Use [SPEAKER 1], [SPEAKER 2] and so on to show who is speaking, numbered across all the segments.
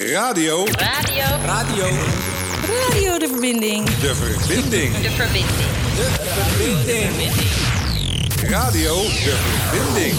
[SPEAKER 1] Radio de Verbinding.
[SPEAKER 2] De Verbinding. Radio de Verbinding.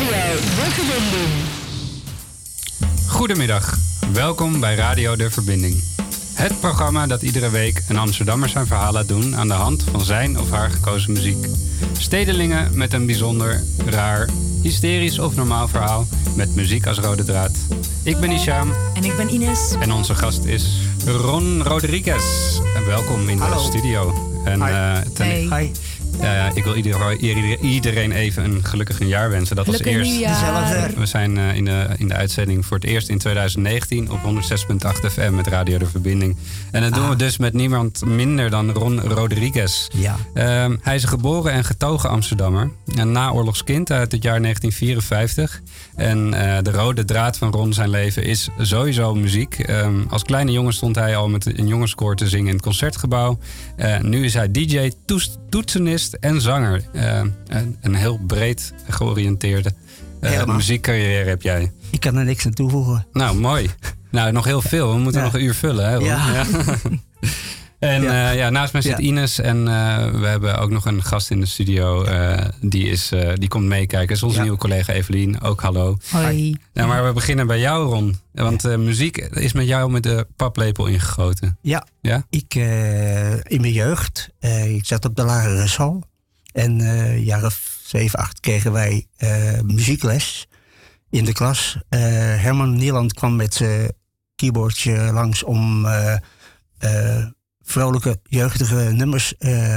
[SPEAKER 3] Goedemiddag, welkom bij Radio de Verbinding. Het programma dat iedere week een Amsterdammer zijn verhaal laat doen aan de hand van zijn of haar gekozen muziek. Stedelingen met een bijzonder, raar, hysterisch of normaal verhaal met muziek als rode draad. Ik ben Isham.
[SPEAKER 1] En ik ben Ines.
[SPEAKER 3] En onze gast is Ron Rodriguez. En welkom in de studio. En,
[SPEAKER 1] Hi.
[SPEAKER 3] Ik wil iedereen even een gelukkig nieuwjaar wensen. Dat als eerst. We zijn in de uitzending voor het eerst in 2019 op 106.8 FM met Radio de Verbinding. En dat doen we dus met niemand minder dan Ron Rodriguez.
[SPEAKER 4] Ja.
[SPEAKER 3] Hij is een geboren en getogen Amsterdammer. Een naoorlogskind uit het jaar 1954. En de rode draad van Ron zijn leven is sowieso muziek. Als kleine jongen stond hij al met een jongenskoor te zingen in het Concertgebouw. Nu is hij DJ, toetsenist en zanger. Een heel breed georiënteerde muziekcarrière heb jij.
[SPEAKER 4] Ik kan er niks aan toevoegen.
[SPEAKER 3] Nou, mooi. Nou, nog heel veel. We moeten nog een uur vullen, hè, Ron? Ja. En naast mij zit Ines en we hebben ook nog een gast in de studio. Die komt meekijken. Dat is onze nieuwe collega Evelien. Ook hallo.
[SPEAKER 1] Hoi.
[SPEAKER 3] Nou, maar we beginnen bij jou, Ron. Want muziek is met jou met de paplepel ingegoten.
[SPEAKER 4] Ja. Ik in mijn jeugd, ik zat op de lagere school. En jaren 7, 8 kregen wij muziekles in de klas. Herman Nieland kwam met zijn keyboardje langs om vrolijke, jeugdige nummers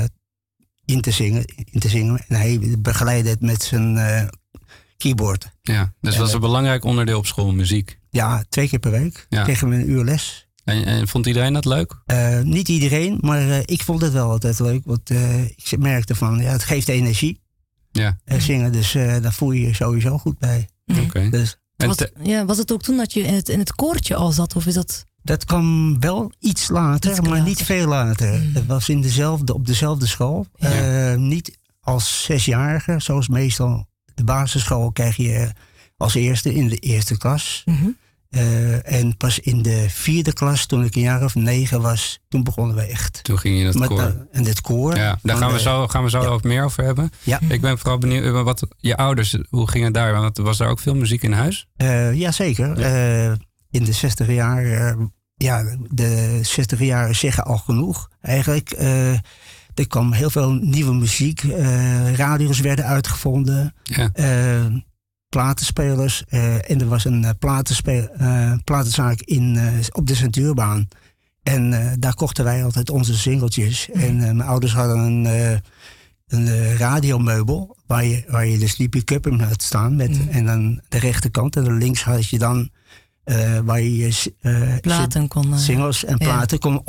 [SPEAKER 4] in te zingen. En hij begeleidde het met zijn keyboard.
[SPEAKER 3] Ja, dus dat is een belangrijk onderdeel op school, muziek.
[SPEAKER 4] Ja, 2 keer per week kregen we een uur les.
[SPEAKER 3] En vond iedereen dat leuk?
[SPEAKER 4] Niet iedereen, maar ik vond het wel altijd leuk. Want ik merkte van, het geeft energie.
[SPEAKER 3] Ja.
[SPEAKER 4] Zingen, dus daar voel je je sowieso goed bij.
[SPEAKER 3] Oké.
[SPEAKER 4] Dus,
[SPEAKER 1] was het ook toen dat je in het koortje al zat? Of is dat...
[SPEAKER 4] Dat kwam wel iets later, maar niet veel later. Het was op dezelfde school. Niet als 6-jarige, zoals meestal de basisschool krijg je als eerste in de eerste klas.
[SPEAKER 1] Mm-hmm.
[SPEAKER 4] En pas in de 4e klas, toen ik een jaar of 9 was, toen begonnen we echt.
[SPEAKER 3] Toen ging je in het koor.
[SPEAKER 4] En dit koor.
[SPEAKER 3] Ja, daar gaan we zo ook meer over hebben. Ja. Ik ben vooral benieuwd, wat je ouders, hoe ging het daar? Want was daar ook veel muziek in huis?
[SPEAKER 4] Jazeker. Ja. In de 60 jaar, de 60 jaar zeggen al genoeg. Eigenlijk, er kwam heel veel nieuwe muziek. Radio's werden uitgevonden. Ja. Platenspelers. En er was een platenzaak op de Centuurbaan. En daar kochten wij altijd onze singeltjes. En mijn ouders hadden een radiomeubel waar je de Sleepy Cup in had staan. En dan de rechterkant. En dan links had je dan waar je
[SPEAKER 1] platen kon,
[SPEAKER 4] singles en platen kon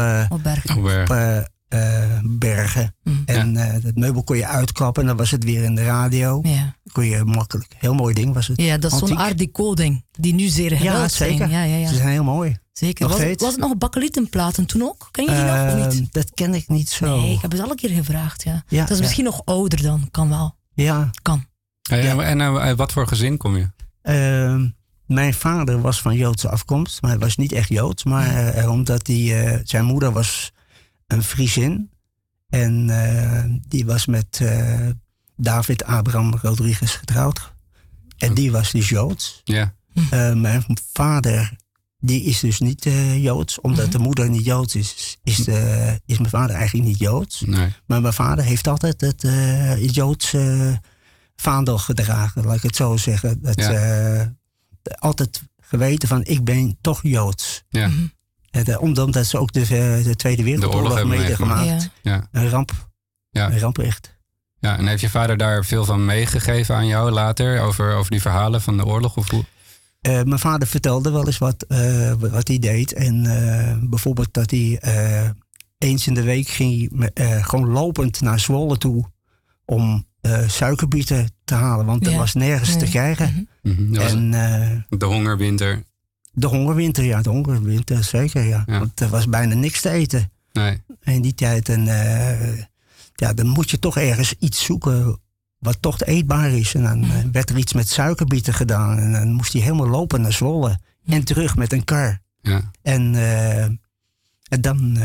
[SPEAKER 4] bergen. En het meubel kon je uitklappen en dan was het weer in de radio. Ja. Kon je makkelijk. Heel mooi ding was het.
[SPEAKER 1] Ja, dat is zo'n Art Deco ding die nu zeer geweldig zijn.
[SPEAKER 4] Zeker. Ja. Ze zijn heel mooi.
[SPEAKER 1] Zeker. Was het nog bakelitenplaten toen ook? Ken je die nog of niet?
[SPEAKER 4] Dat ken ik niet zo.
[SPEAKER 1] Nee, ik heb het al een keer gevraagd. Ja. Dat is misschien nog ouder dan. Kan wel.
[SPEAKER 4] Ja.
[SPEAKER 1] Kan.
[SPEAKER 3] En wat voor gezin kom je?
[SPEAKER 4] Mijn vader was van Joodse afkomst, maar hij was niet echt Joods. Maar omdat zijn moeder was een Friesin. En die was met David Abraham Rodriguez getrouwd. En die was dus Joods. Ja. Mijn vader, die is dus niet Joods. Omdat de moeder niet Joods is mijn vader eigenlijk niet Joods. Nee. Maar mijn vader heeft altijd het Joodse vaandel gedragen, laat ik het zo zeggen. Altijd geweten van, ik ben toch Joods. Ja. Omdat ze ook de Tweede Wereldoorlog hebben meegemaakt. Ja. Een ramp. Ja. Een ramp echt.
[SPEAKER 3] Ja, en heeft je vader daar veel van meegegeven aan jou later? Over die verhalen van de oorlog? Of hoe?
[SPEAKER 4] Mijn vader vertelde wel eens wat hij deed. En bijvoorbeeld dat hij eens in de week ging gewoon lopend naar Zwolle toe om suikerbieten te halen. Want er was nergens te krijgen. En,
[SPEAKER 3] de hongerwinter.
[SPEAKER 4] De hongerwinter, zeker, ja. Want er was bijna niks te eten. Nee. In die tijd. En dan moet je toch ergens iets zoeken wat toch eetbaar is. En dan werd er iets met suikerbieten gedaan. En dan moest hij helemaal lopen naar Zwolle. En terug met een kar.
[SPEAKER 3] Ja.
[SPEAKER 4] En dan,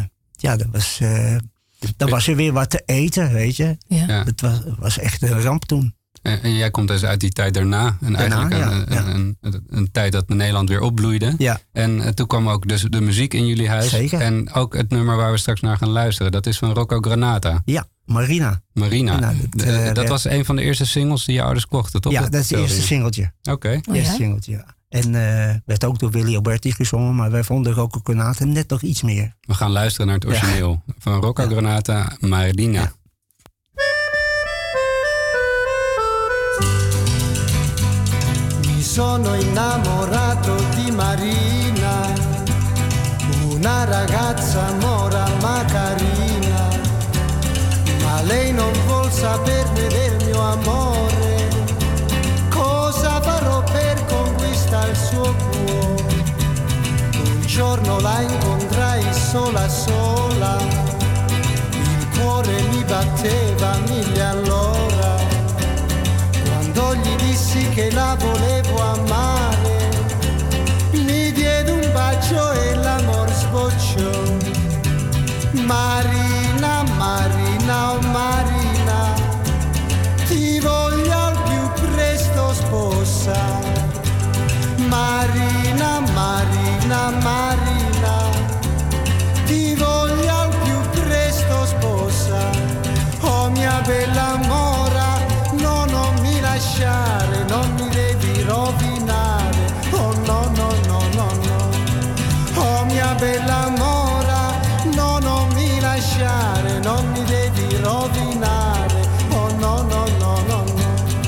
[SPEAKER 4] dan was er weer wat te eten, weet je.
[SPEAKER 1] Ja.
[SPEAKER 3] Ja.
[SPEAKER 4] Het was echt een ramp toen.
[SPEAKER 3] En jij komt dus uit die tijd daarna. En eigenlijk een tijd dat Nederland weer opbloeide.
[SPEAKER 4] Ja.
[SPEAKER 3] En toen kwam ook dus de muziek in jullie huis.
[SPEAKER 4] Zeker.
[SPEAKER 3] En ook het nummer waar we straks naar gaan luisteren. Dat is van Rocco Granata.
[SPEAKER 4] Ja, Marina.
[SPEAKER 3] Dat was een van de eerste singles die je ouders kochten, toch?
[SPEAKER 4] Ja, dat is het eerste singeltje.
[SPEAKER 3] Oké.
[SPEAKER 4] Eerste singeltje, ja. En werd ook door Willy Alberti gezongen, maar wij vonden Rocco Granata net nog iets meer.
[SPEAKER 3] We gaan luisteren naar het origineel. Van Rocco Granata, Marina.
[SPEAKER 4] Ja.
[SPEAKER 5] Mi sono innamorato di Marina, una ragazza mora ma carina, ma lei non vuol saperne del mio amore. Cosa farò per conquistare il suo cuore? Un giorno la incontrai sola sola, il cuore mi batteva mille all'ora. Quando gli dissi che la volevo amare, mi diede un bacio e l'amor sbocciò. Marina, Marina, oh Marina, ti voglio al più presto sposa. Marina, Marina, Marina, ti voglio al più presto sposa. Oh mia bella mora, no, non mi lasciare, non mi devi rovinare. Oh no, no, no, no, no. Oh mia bella mora, no, non mi lasciare, non mi devi rovinare. Oh no, no, no, no, no.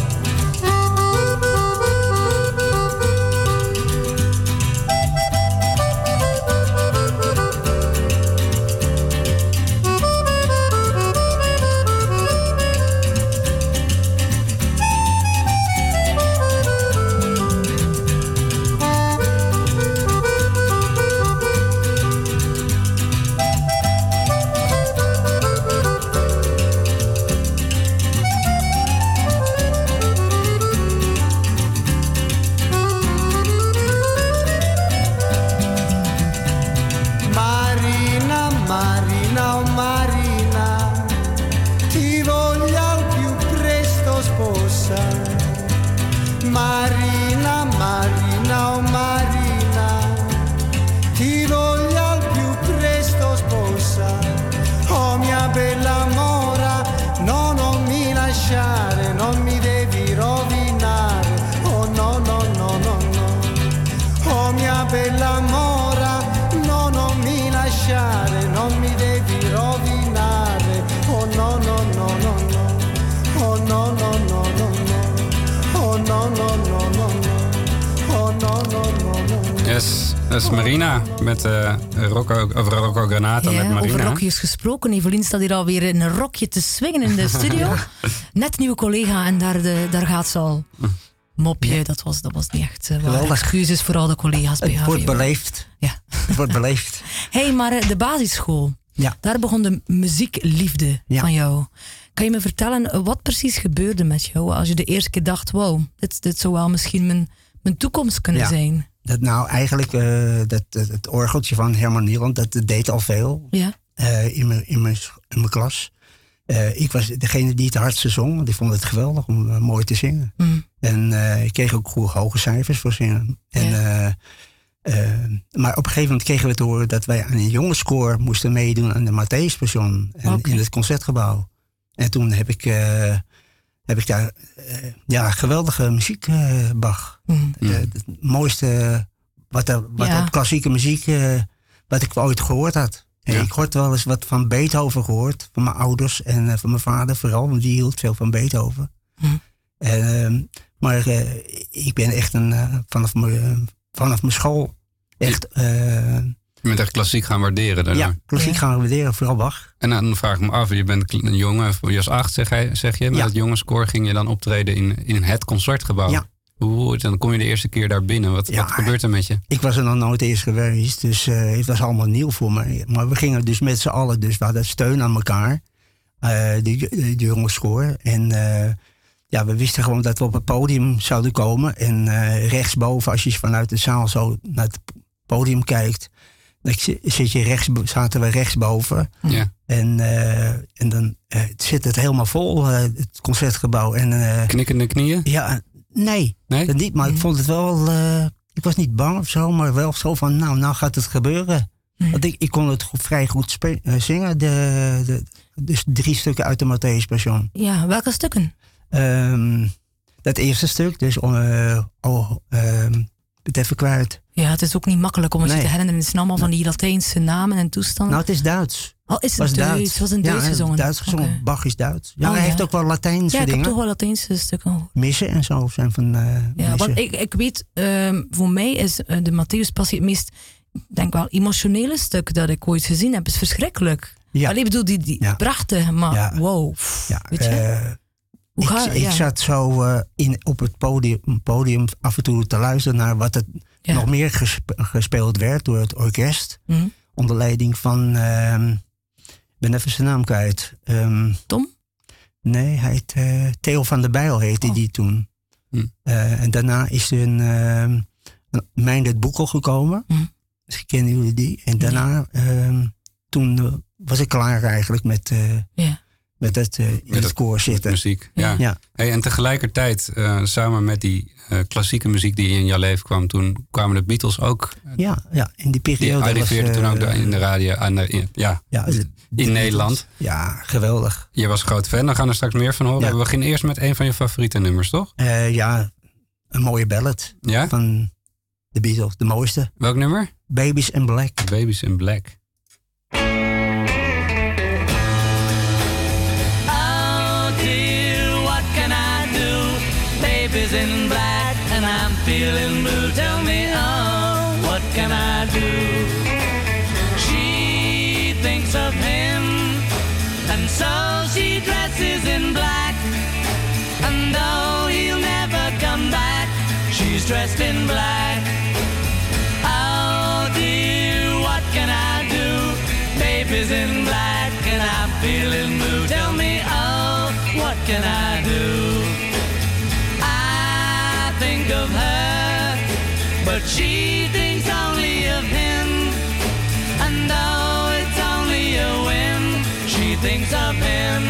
[SPEAKER 5] Marina, Marina, oh Marina, ti voglio al più presto sposa. Oh mia bella mora, no, non mi lasciare, non mi devi rovinare. Oh no, no, no, no, no. Oh mia bella mora, no, non mi lasciare, non mi devi rovinare. Oh no, no, no, no, no. Oh no, no, no, no, no. Oh no, no, no, no, no. Oh no, no, no, no.
[SPEAKER 3] Yes, dat is Marina met Rocco Granata met Marina.
[SPEAKER 1] Over rokjes gesproken. Evelien staat hier alweer in een rokje te swingen in de studio. Net nieuwe collega en daar gaat ze al. Mopje, ja. dat was niet echt waar. Excuses voor al de collega's bij
[SPEAKER 4] Het wordt beleefd.
[SPEAKER 1] Ja.
[SPEAKER 4] Het wordt beleefd.
[SPEAKER 1] Hey, maar de basisschool. Ja. Daar begon de muziekliefde van jou. Kan je me vertellen wat precies gebeurde met jou als je de eerste keer dacht, wow, dit zou wel misschien mijn toekomst kunnen zijn?
[SPEAKER 4] Dat nou eigenlijk het orgeltje van Herman Nieland, dat deed al veel in mijn klas. Ik was degene die het hardste zong, want ik vond het geweldig om mooi te zingen. Mm. En ik kreeg ook hoge cijfers voor zingen. En, maar op een gegeven moment kregen we te horen dat wij aan een jongenskoor moesten meedoen aan de Matthäuspassion in het Concertgebouw. En toen heb ik daar geweldige muziek, Bach. Het mooiste wat op klassieke muziek wat ik ooit gehoord had. Ja. Ik had wel eens wat van Beethoven gehoord, van mijn ouders en van mijn vader vooral, want die hield veel van Beethoven. Maar ik ben echt vanaf mijn school echt...
[SPEAKER 3] Je bent echt klassiek gaan waarderen daarna.
[SPEAKER 4] Ja, klassiek gaan waarderen, vooral Bach.
[SPEAKER 3] En dan vraag ik me af, je bent een jongen, jas 8 zeg je. Met het jongenskoor ging je dan optreden in het Concertgebouw. Ja. Dan kom je de eerste keer daar binnen. Wat gebeurt er met je?
[SPEAKER 4] Ik was er nog nooit eerst geweest, dus het was allemaal nieuw voor me. Maar we gingen dus met z'n allen, dus we hadden steun aan elkaar. De jongenskoor. En we wisten gewoon dat we op het podium zouden komen. En rechtsboven, als je vanuit de zaal zo naar het podium kijkt, dan zaten we rechtsboven.
[SPEAKER 3] Ja.
[SPEAKER 4] En dan zit het helemaal vol, het concertgebouw.
[SPEAKER 3] Knikkende knieën?
[SPEAKER 4] Ja, nee? Dat niet. Maar ik vond het wel... ik was niet bang of zo, maar wel zo van... Nou gaat het gebeuren. Want ik kon het vrij goed zingen. Dus 3 stukken uit de Matthäus Passion.
[SPEAKER 1] Ja, welke stukken?
[SPEAKER 4] Dat eerste stuk, dus... het even kwijt.
[SPEAKER 1] Ja, het is ook niet makkelijk om het je te herinneren. Het zijn allemaal van die Latijnse namen en toestanden.
[SPEAKER 4] Nou, het is Duits.
[SPEAKER 1] Oh, is het Duits? Het was in Duits gezongen?
[SPEAKER 4] Duits gezongen. Okay. Bach is Duits. Ja, hij heeft ook wel Latijnse dingen.
[SPEAKER 1] Ja, ik heb toch wel Latijnse stukken gehoord.
[SPEAKER 4] Missen en zo zijn van
[SPEAKER 1] ja, want ik weet, voor mij is de Matthäus Passie het meest, denk wel, emotionele stuk dat ik ooit gezien heb. Het is verschrikkelijk.
[SPEAKER 4] Ja.
[SPEAKER 1] Alleen bedoel, die prachtig, maar wow.
[SPEAKER 4] Ja,
[SPEAKER 1] weet je?
[SPEAKER 4] Ik zat zo op het podium af en toe te luisteren naar wat het nog meer gespeeld werd door het orkest. Onder leiding van, ik ben even zijn naam kwijt.
[SPEAKER 1] Tom?
[SPEAKER 4] Nee, hij heet Theo van der Bijl heette die toen. En daarna is er een Meindert Boekel gekomen. Misschien kennen jullie die. En daarna, toen was ik klaar eigenlijk met het koor zitten.
[SPEAKER 3] Muziek, ja. Hey, en tegelijkertijd, samen met die klassieke muziek die in jouw leven kwam, toen kwamen de Beatles ook.
[SPEAKER 4] Ja, in die periode.
[SPEAKER 3] Die arriveerden toen ook in de radio in Nederland.
[SPEAKER 4] Ja, geweldig.
[SPEAKER 3] Je was groot fan, daar gaan we straks meer van horen. We beginnen eerst met een van je favoriete nummers, toch?
[SPEAKER 4] Ja, een mooie ballad van de Beatles, de mooiste.
[SPEAKER 3] Welk nummer?
[SPEAKER 4] Babies in Black.
[SPEAKER 3] Babies in Black.
[SPEAKER 6] Baby's in black and I'm feeling blue. Tell me, oh, what can I do? She thinks of him and so she dresses in black. And though he'll never come back, she's dressed in black. Oh dear, what can I do? Baby's in black and I'm feeling blue. Tell me, oh, what can I do? Think of her, but she thinks only of him. And though it's only a whim, she thinks of him.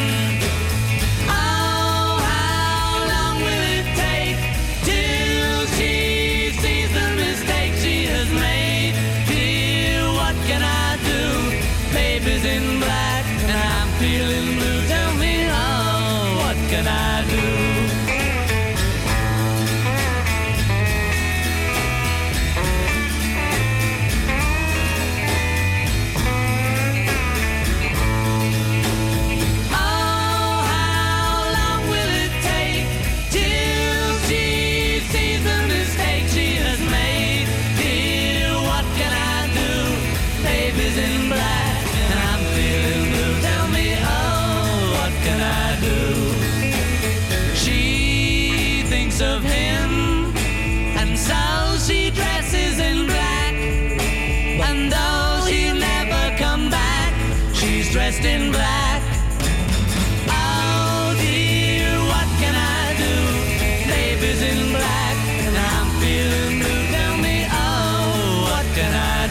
[SPEAKER 6] Oh, how long will it take till she sees the mistake she has made? Dear, what can I do? Baby's in black and I'm feeling blue. Tell me, oh, what can I do? Of him, and so she dresses in black. And though she'll never come back, she's dressed in black. Oh dear, what can I do? Baby's in black, and I'm feeling blue. Tell me, oh, what can I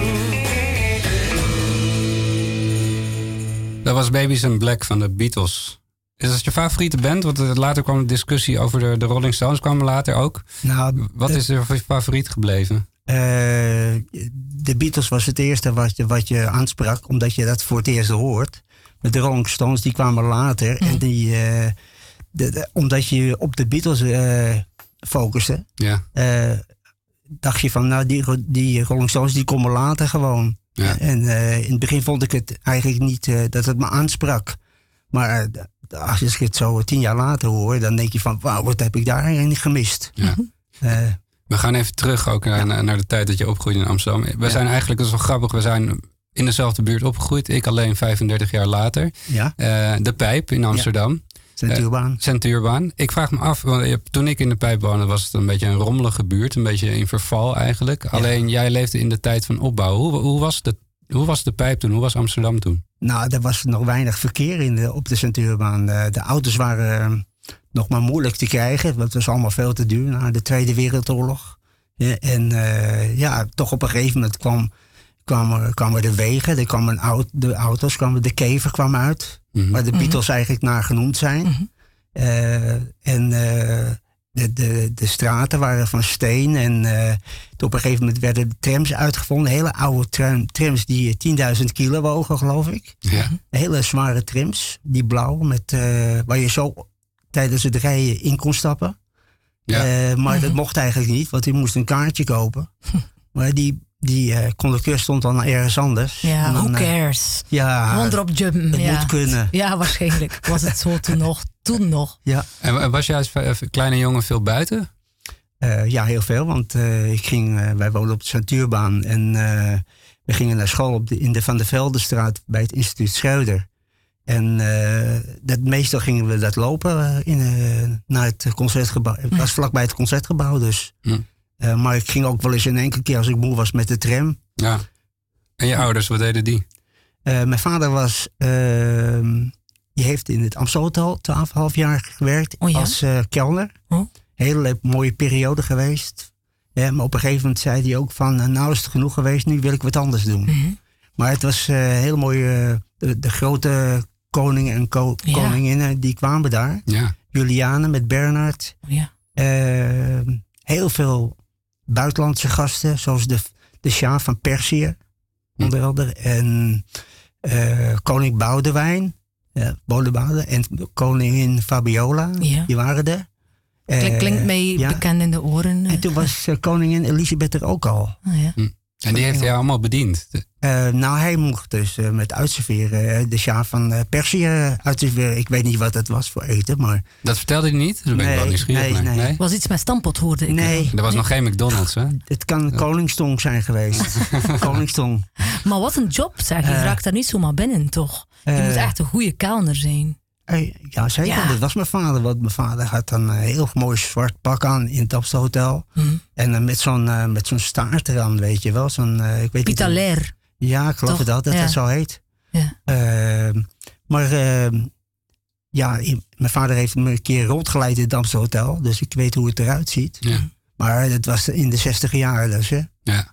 [SPEAKER 6] do?
[SPEAKER 3] Dat was Babies in Black van de Beatles. Is dat je favoriete band? Want later kwam de discussie over de Rolling Stones, kwam later ook. Nou, wat is er voor je favoriet gebleven?
[SPEAKER 4] De Beatles was het eerste wat je aansprak, omdat je dat voor het eerst hoort. De Rolling Stones die kwamen later. En omdat je op de Beatles focuste, dacht je van, nou, die Rolling Stones die komen later gewoon. Ja. En in het begin vond ik het eigenlijk niet dat het me aansprak. Maar als je het zo 10 jaar later hoort, dan denk je van, wauw, wat heb ik daarin gemist? Ja.
[SPEAKER 3] We gaan even terug ook naar de tijd dat je opgroeide in Amsterdam. We zijn eigenlijk, dat is wel grappig, we zijn in dezelfde buurt opgegroeid. Ik alleen 35 jaar later. Ja. De Pijp in Amsterdam. Centuurbaan. Ik vraag me af, want toen ik in de Pijp woonde, was het een beetje een rommelige buurt. Een beetje in verval eigenlijk. Ja. Alleen jij leefde in de tijd van opbouw. Hoe was de Pijp toen? Hoe was Amsterdam toen?
[SPEAKER 4] Nou, er was nog weinig verkeer op de Centuurbaan. De auto's waren nog maar moeilijk te krijgen. Want het was allemaal veel te duur na de Tweede Wereldoorlog. Ja, en toch op een gegeven moment kwamen de wegen, de auto's, de Kever kwam uit.
[SPEAKER 3] Mhm.
[SPEAKER 4] Waar de Beatles eigenlijk naar genoemd zijn.
[SPEAKER 1] Mhm.
[SPEAKER 4] De straten waren van steen. En op een gegeven moment werden de trams uitgevonden. Hele oude trams die 10.000 kilo wogen, geloof ik.
[SPEAKER 3] Ja.
[SPEAKER 4] Hele zware trams. Die blauw, waar je zo tijdens het rijden in kon stappen.
[SPEAKER 3] Ja.
[SPEAKER 4] Maar dat mocht eigenlijk niet, want je moest een kaartje kopen. Maar die conducteur stond dan ergens anders.
[SPEAKER 1] Ja,
[SPEAKER 4] en dan,
[SPEAKER 1] who cares?
[SPEAKER 4] Ja,
[SPEAKER 1] Gewoon erop jumpen.
[SPEAKER 4] het moet kunnen.
[SPEAKER 1] Ja, waarschijnlijk was het zo toen nog.
[SPEAKER 4] Ja.
[SPEAKER 3] En was jij als kleine jongen veel buiten?
[SPEAKER 4] Ja, heel veel. Want wij woonden op de Centuurbaan. En we gingen naar school in de Van der Veldenstraat bij het instituut Schreuder. En meestal gingen we dat lopen naar het concertgebouw. Het was vlakbij het concertgebouw dus. Maar ik ging ook wel eens een enkele keer als ik moe was met de tram.
[SPEAKER 3] Ja. En je ouders, wat deden die?
[SPEAKER 4] Mijn vader die heeft in het Amstelhotel 12,5 jaar gewerkt als kelner. Hele mooie periode geweest. Maar op een gegeven moment zei hij ook van, nou is het genoeg geweest, nu wil ik wat anders doen. Maar het was heel mooi, de grote koningen en koninginnen die kwamen daar.
[SPEAKER 3] Ja.
[SPEAKER 4] Juliane met Bernhard. Heel veel buitenlandse gasten, zoals de Sjaak van Perzië, onder andere. En koning Boudewijn, en koningin Fabiola, die waren er.
[SPEAKER 1] Klinkt mij bekend in de oren.
[SPEAKER 4] En toen was koningin Elisabeth er ook al.
[SPEAKER 3] En die heeft hij allemaal bediend?
[SPEAKER 4] Hij mocht dus met uitserveren de Sjaak van Perzië uitserveren. Ik weet niet wat het was voor eten, maar...
[SPEAKER 3] Dat vertelde hij niet? Dat ben ik wel nieuwsgierig.
[SPEAKER 4] Nee.
[SPEAKER 1] Was iets met stampot, hoorde ik.
[SPEAKER 4] Nee.
[SPEAKER 3] Er was nog geen McDonald's, hè?
[SPEAKER 4] Het kan Koningstong zijn geweest. Koningstong.
[SPEAKER 1] Maar wat een job, zeg. Je raakt daar niet zomaar binnen, toch? Je moet echt een goede kelner zijn.
[SPEAKER 4] Ja, zeker. Ja. Dat was mijn vader. Want mijn vader had een heel mooi zwart pak aan in het Amstelhotel. En met zo'n staart eraan, weet je wel.
[SPEAKER 1] Pitalair.
[SPEAKER 4] Ja, ik geloof dat het zo heet. Ja. Mijn vader heeft me een keer rondgeleid in het Amstelhotel. Dus ik weet hoe het eruit ziet. Ja. Maar het was in de 60 jaren dus. Hè.
[SPEAKER 3] Ja.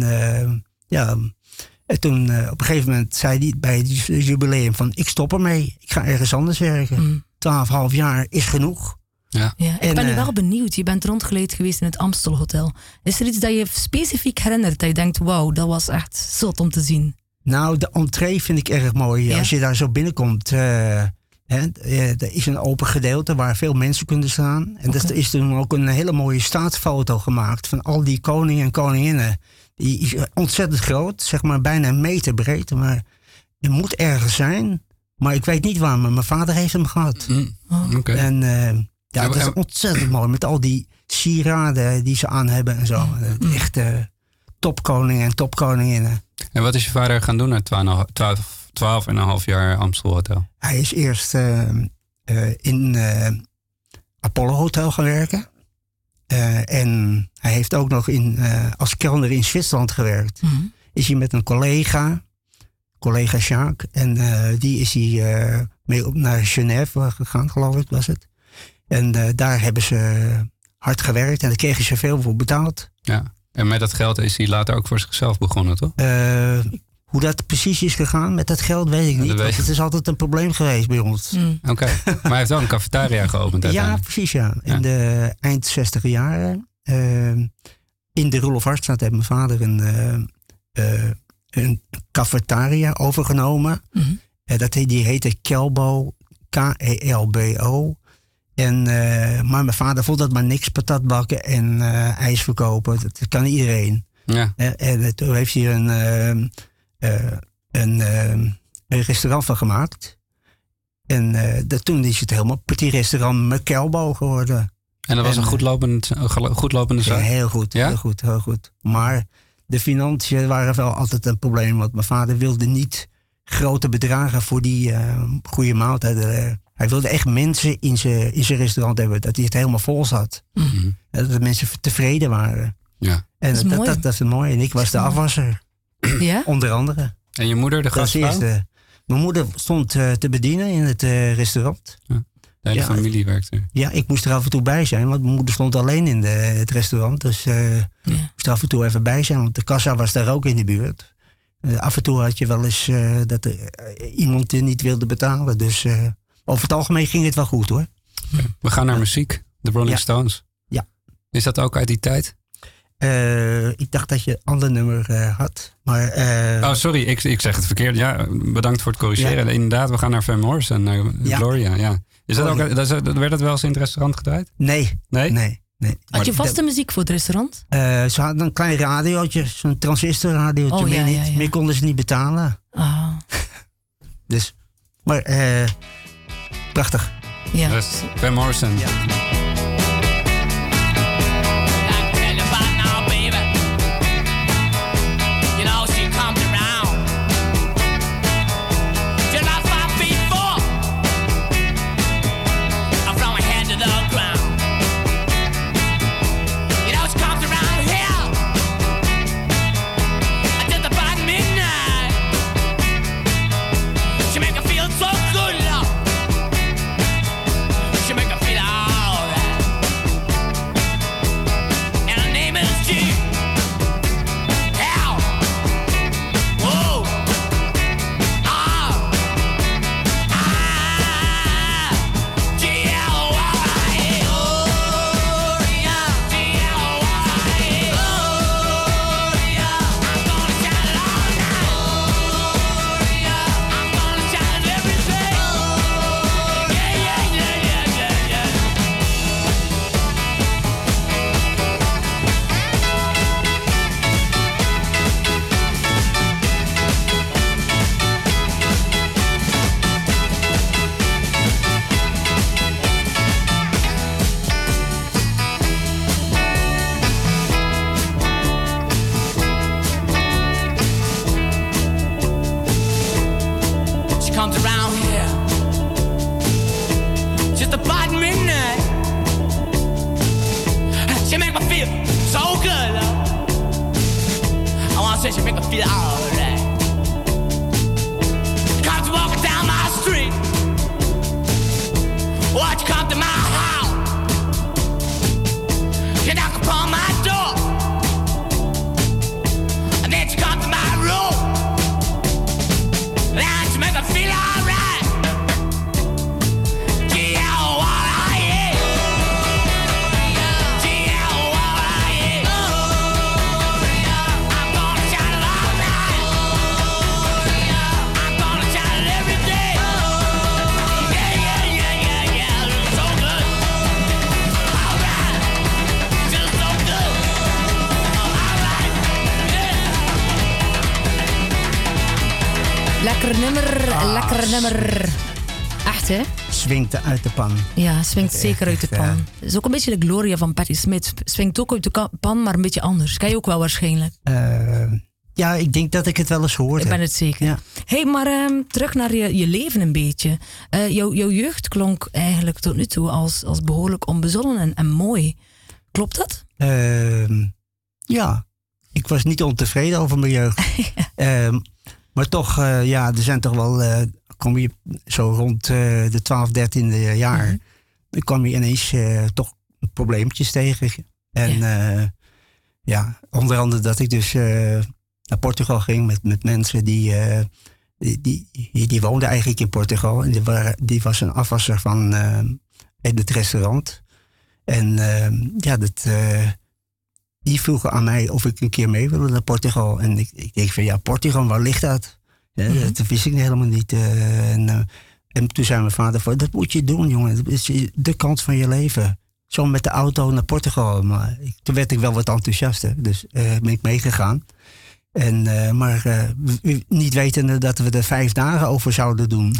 [SPEAKER 4] En toen op een gegeven moment zei hij bij het jubileum van, ik stop ermee. Ik ga ergens anders werken. 12,5 jaar is genoeg.
[SPEAKER 3] Ja.
[SPEAKER 1] Ik ben nu wel benieuwd. Je bent rondgeleid geweest in het Amstelhotel. Is er iets dat je specifiek herinnert? Dat je denkt, wauw, dat was echt zot om te zien.
[SPEAKER 4] Nou, de entree vind ik erg mooi. Ja? Als je daar zo binnenkomt. Er is een open gedeelte waar veel mensen kunnen staan. En er is toen ook een hele mooie staatsfoto gemaakt. Van al die koningen en koninginnen. Die is ontzettend groot. Zeg maar bijna 1 meter breed. Maar je moet ergens zijn. Maar ik weet niet waar. Maar mijn vader heeft hem gehad. En... dat is ontzettend mooi. Met al die sieraden die ze aan hebben en zo. Echt topkoningen en topkoninginnen.
[SPEAKER 3] En wat is je vader gaan doen na 12,5 jaar Amstelhotel? Hij
[SPEAKER 4] is eerst in Apollo Hotel gaan werken. En hij heeft ook nog als kelner in Zwitserland gewerkt. Is hij met een collega Sjaak. En die is hij mee naar Genève gegaan, geloof ik was het. En daar hebben ze hard gewerkt en daar kregen ze veel voor betaald. Ja,
[SPEAKER 3] en met dat geld is hij later ook voor zichzelf begonnen, toch?
[SPEAKER 4] Hoe dat precies is gegaan met dat geld, weet ik niet. Want het is altijd een probleem geweest bij ons.
[SPEAKER 3] Oké, maar hij heeft wel een cafetaria geopend.
[SPEAKER 4] Ja, precies, ja. In de eind 60 jaren. In de Roelof Hartstraat heeft mijn vader een cafetaria overgenomen. Die heette Kelbo, Kelbo. Maar mijn vader vond dat maar niks, patat bakken en ijs verkopen. Dat kan iedereen. Ja. En toen heeft hij een restaurant van gemaakt. En toen is het helemaal petit restaurant McKelbo geworden.
[SPEAKER 3] En dat was een goedlopende zaak?
[SPEAKER 4] Ja, heel goed, ja? heel goed. Maar de financiën waren wel altijd een probleem. Want mijn vader wilde niet grote bedragen voor die goede maaltijden. Hij wilde echt mensen in zijn restaurant hebben. Dat hij het helemaal vol zat. Dat de mensen tevreden waren. Ja. En dat is mooi. En ik was de afwasser. Ja? Onder andere.
[SPEAKER 3] En je moeder, de gastvrouw?
[SPEAKER 4] Mijn moeder stond te bedienen in het restaurant. Ja.
[SPEAKER 3] De hele familie werkt er.
[SPEAKER 4] Ja, ik moest er af en toe bij zijn, want mijn moeder stond alleen in het restaurant. Dus ik moest er af en toe even bij zijn, want de kassa was daar ook in de buurt. Af en toe had je wel eens dat er iemand niet wilde betalen. Dus over het algemeen ging het wel goed, hoor.
[SPEAKER 3] We gaan naar muziek. De Rolling Stones.
[SPEAKER 4] Ja.
[SPEAKER 3] Is dat ook uit die tijd?
[SPEAKER 4] Ik dacht dat je een ander nummer had. Maar,
[SPEAKER 3] sorry, ik zeg het verkeerd. Ja, bedankt voor het corrigeren. Ja. Inderdaad, we gaan naar Van Morrison en naar Gloria. Ja. Is dat ook, werd dat wel eens in het restaurant gedraaid?
[SPEAKER 4] Nee.
[SPEAKER 1] Had je vaste muziek voor het restaurant?
[SPEAKER 4] Ze hadden een klein radiootje, zo'n transistorradiootje. Meer konden ze niet betalen.
[SPEAKER 1] Oh.
[SPEAKER 4] Dus, maar prachtig.
[SPEAKER 1] Ja.
[SPEAKER 3] Dus, Van Morrison.
[SPEAKER 4] Ja.
[SPEAKER 1] Lekker nummer. Echt, hè?
[SPEAKER 4] Swingt uit de pan.
[SPEAKER 1] Ja, swingt zeker uit de pan. Het is ook een beetje de Gloria van Patti Smith. Swingt ook uit de pan, maar een beetje anders. Kan je ook wel waarschijnlijk.
[SPEAKER 4] Ja, ik denk dat ik het wel eens hoorde.
[SPEAKER 1] Ik ben het zeker. Ja. Hey, maar terug naar je leven een beetje. Jouw jeugd klonk eigenlijk tot nu toe als behoorlijk onbezonnen en mooi. Klopt dat?
[SPEAKER 4] Ja. Ik was niet ontevreden over mijn jeugd. Maar toch, er zijn toch wel... kom je zo rond de 12, 13e jaar... Mm-hmm. Dan kwam je ineens toch probleempjes tegen. En onder andere dat ik dus naar Portugal ging met mensen die woonden eigenlijk in Portugal. En die was een afwasser van in het restaurant. En die vroegen aan mij of ik een keer mee wilde naar Portugal. En ik denk van Portugal, waar ligt dat? Mm-hmm. Dat wist ik helemaal niet. En toen zei mijn vader van, dat moet je doen, jongen. Dat is de kans van je leven. Zo met de auto naar Portugal. Maar toen werd ik wel wat enthousiaster. Dus ben ik meegegaan. Maar niet wetende dat we er 5 dagen over zouden doen.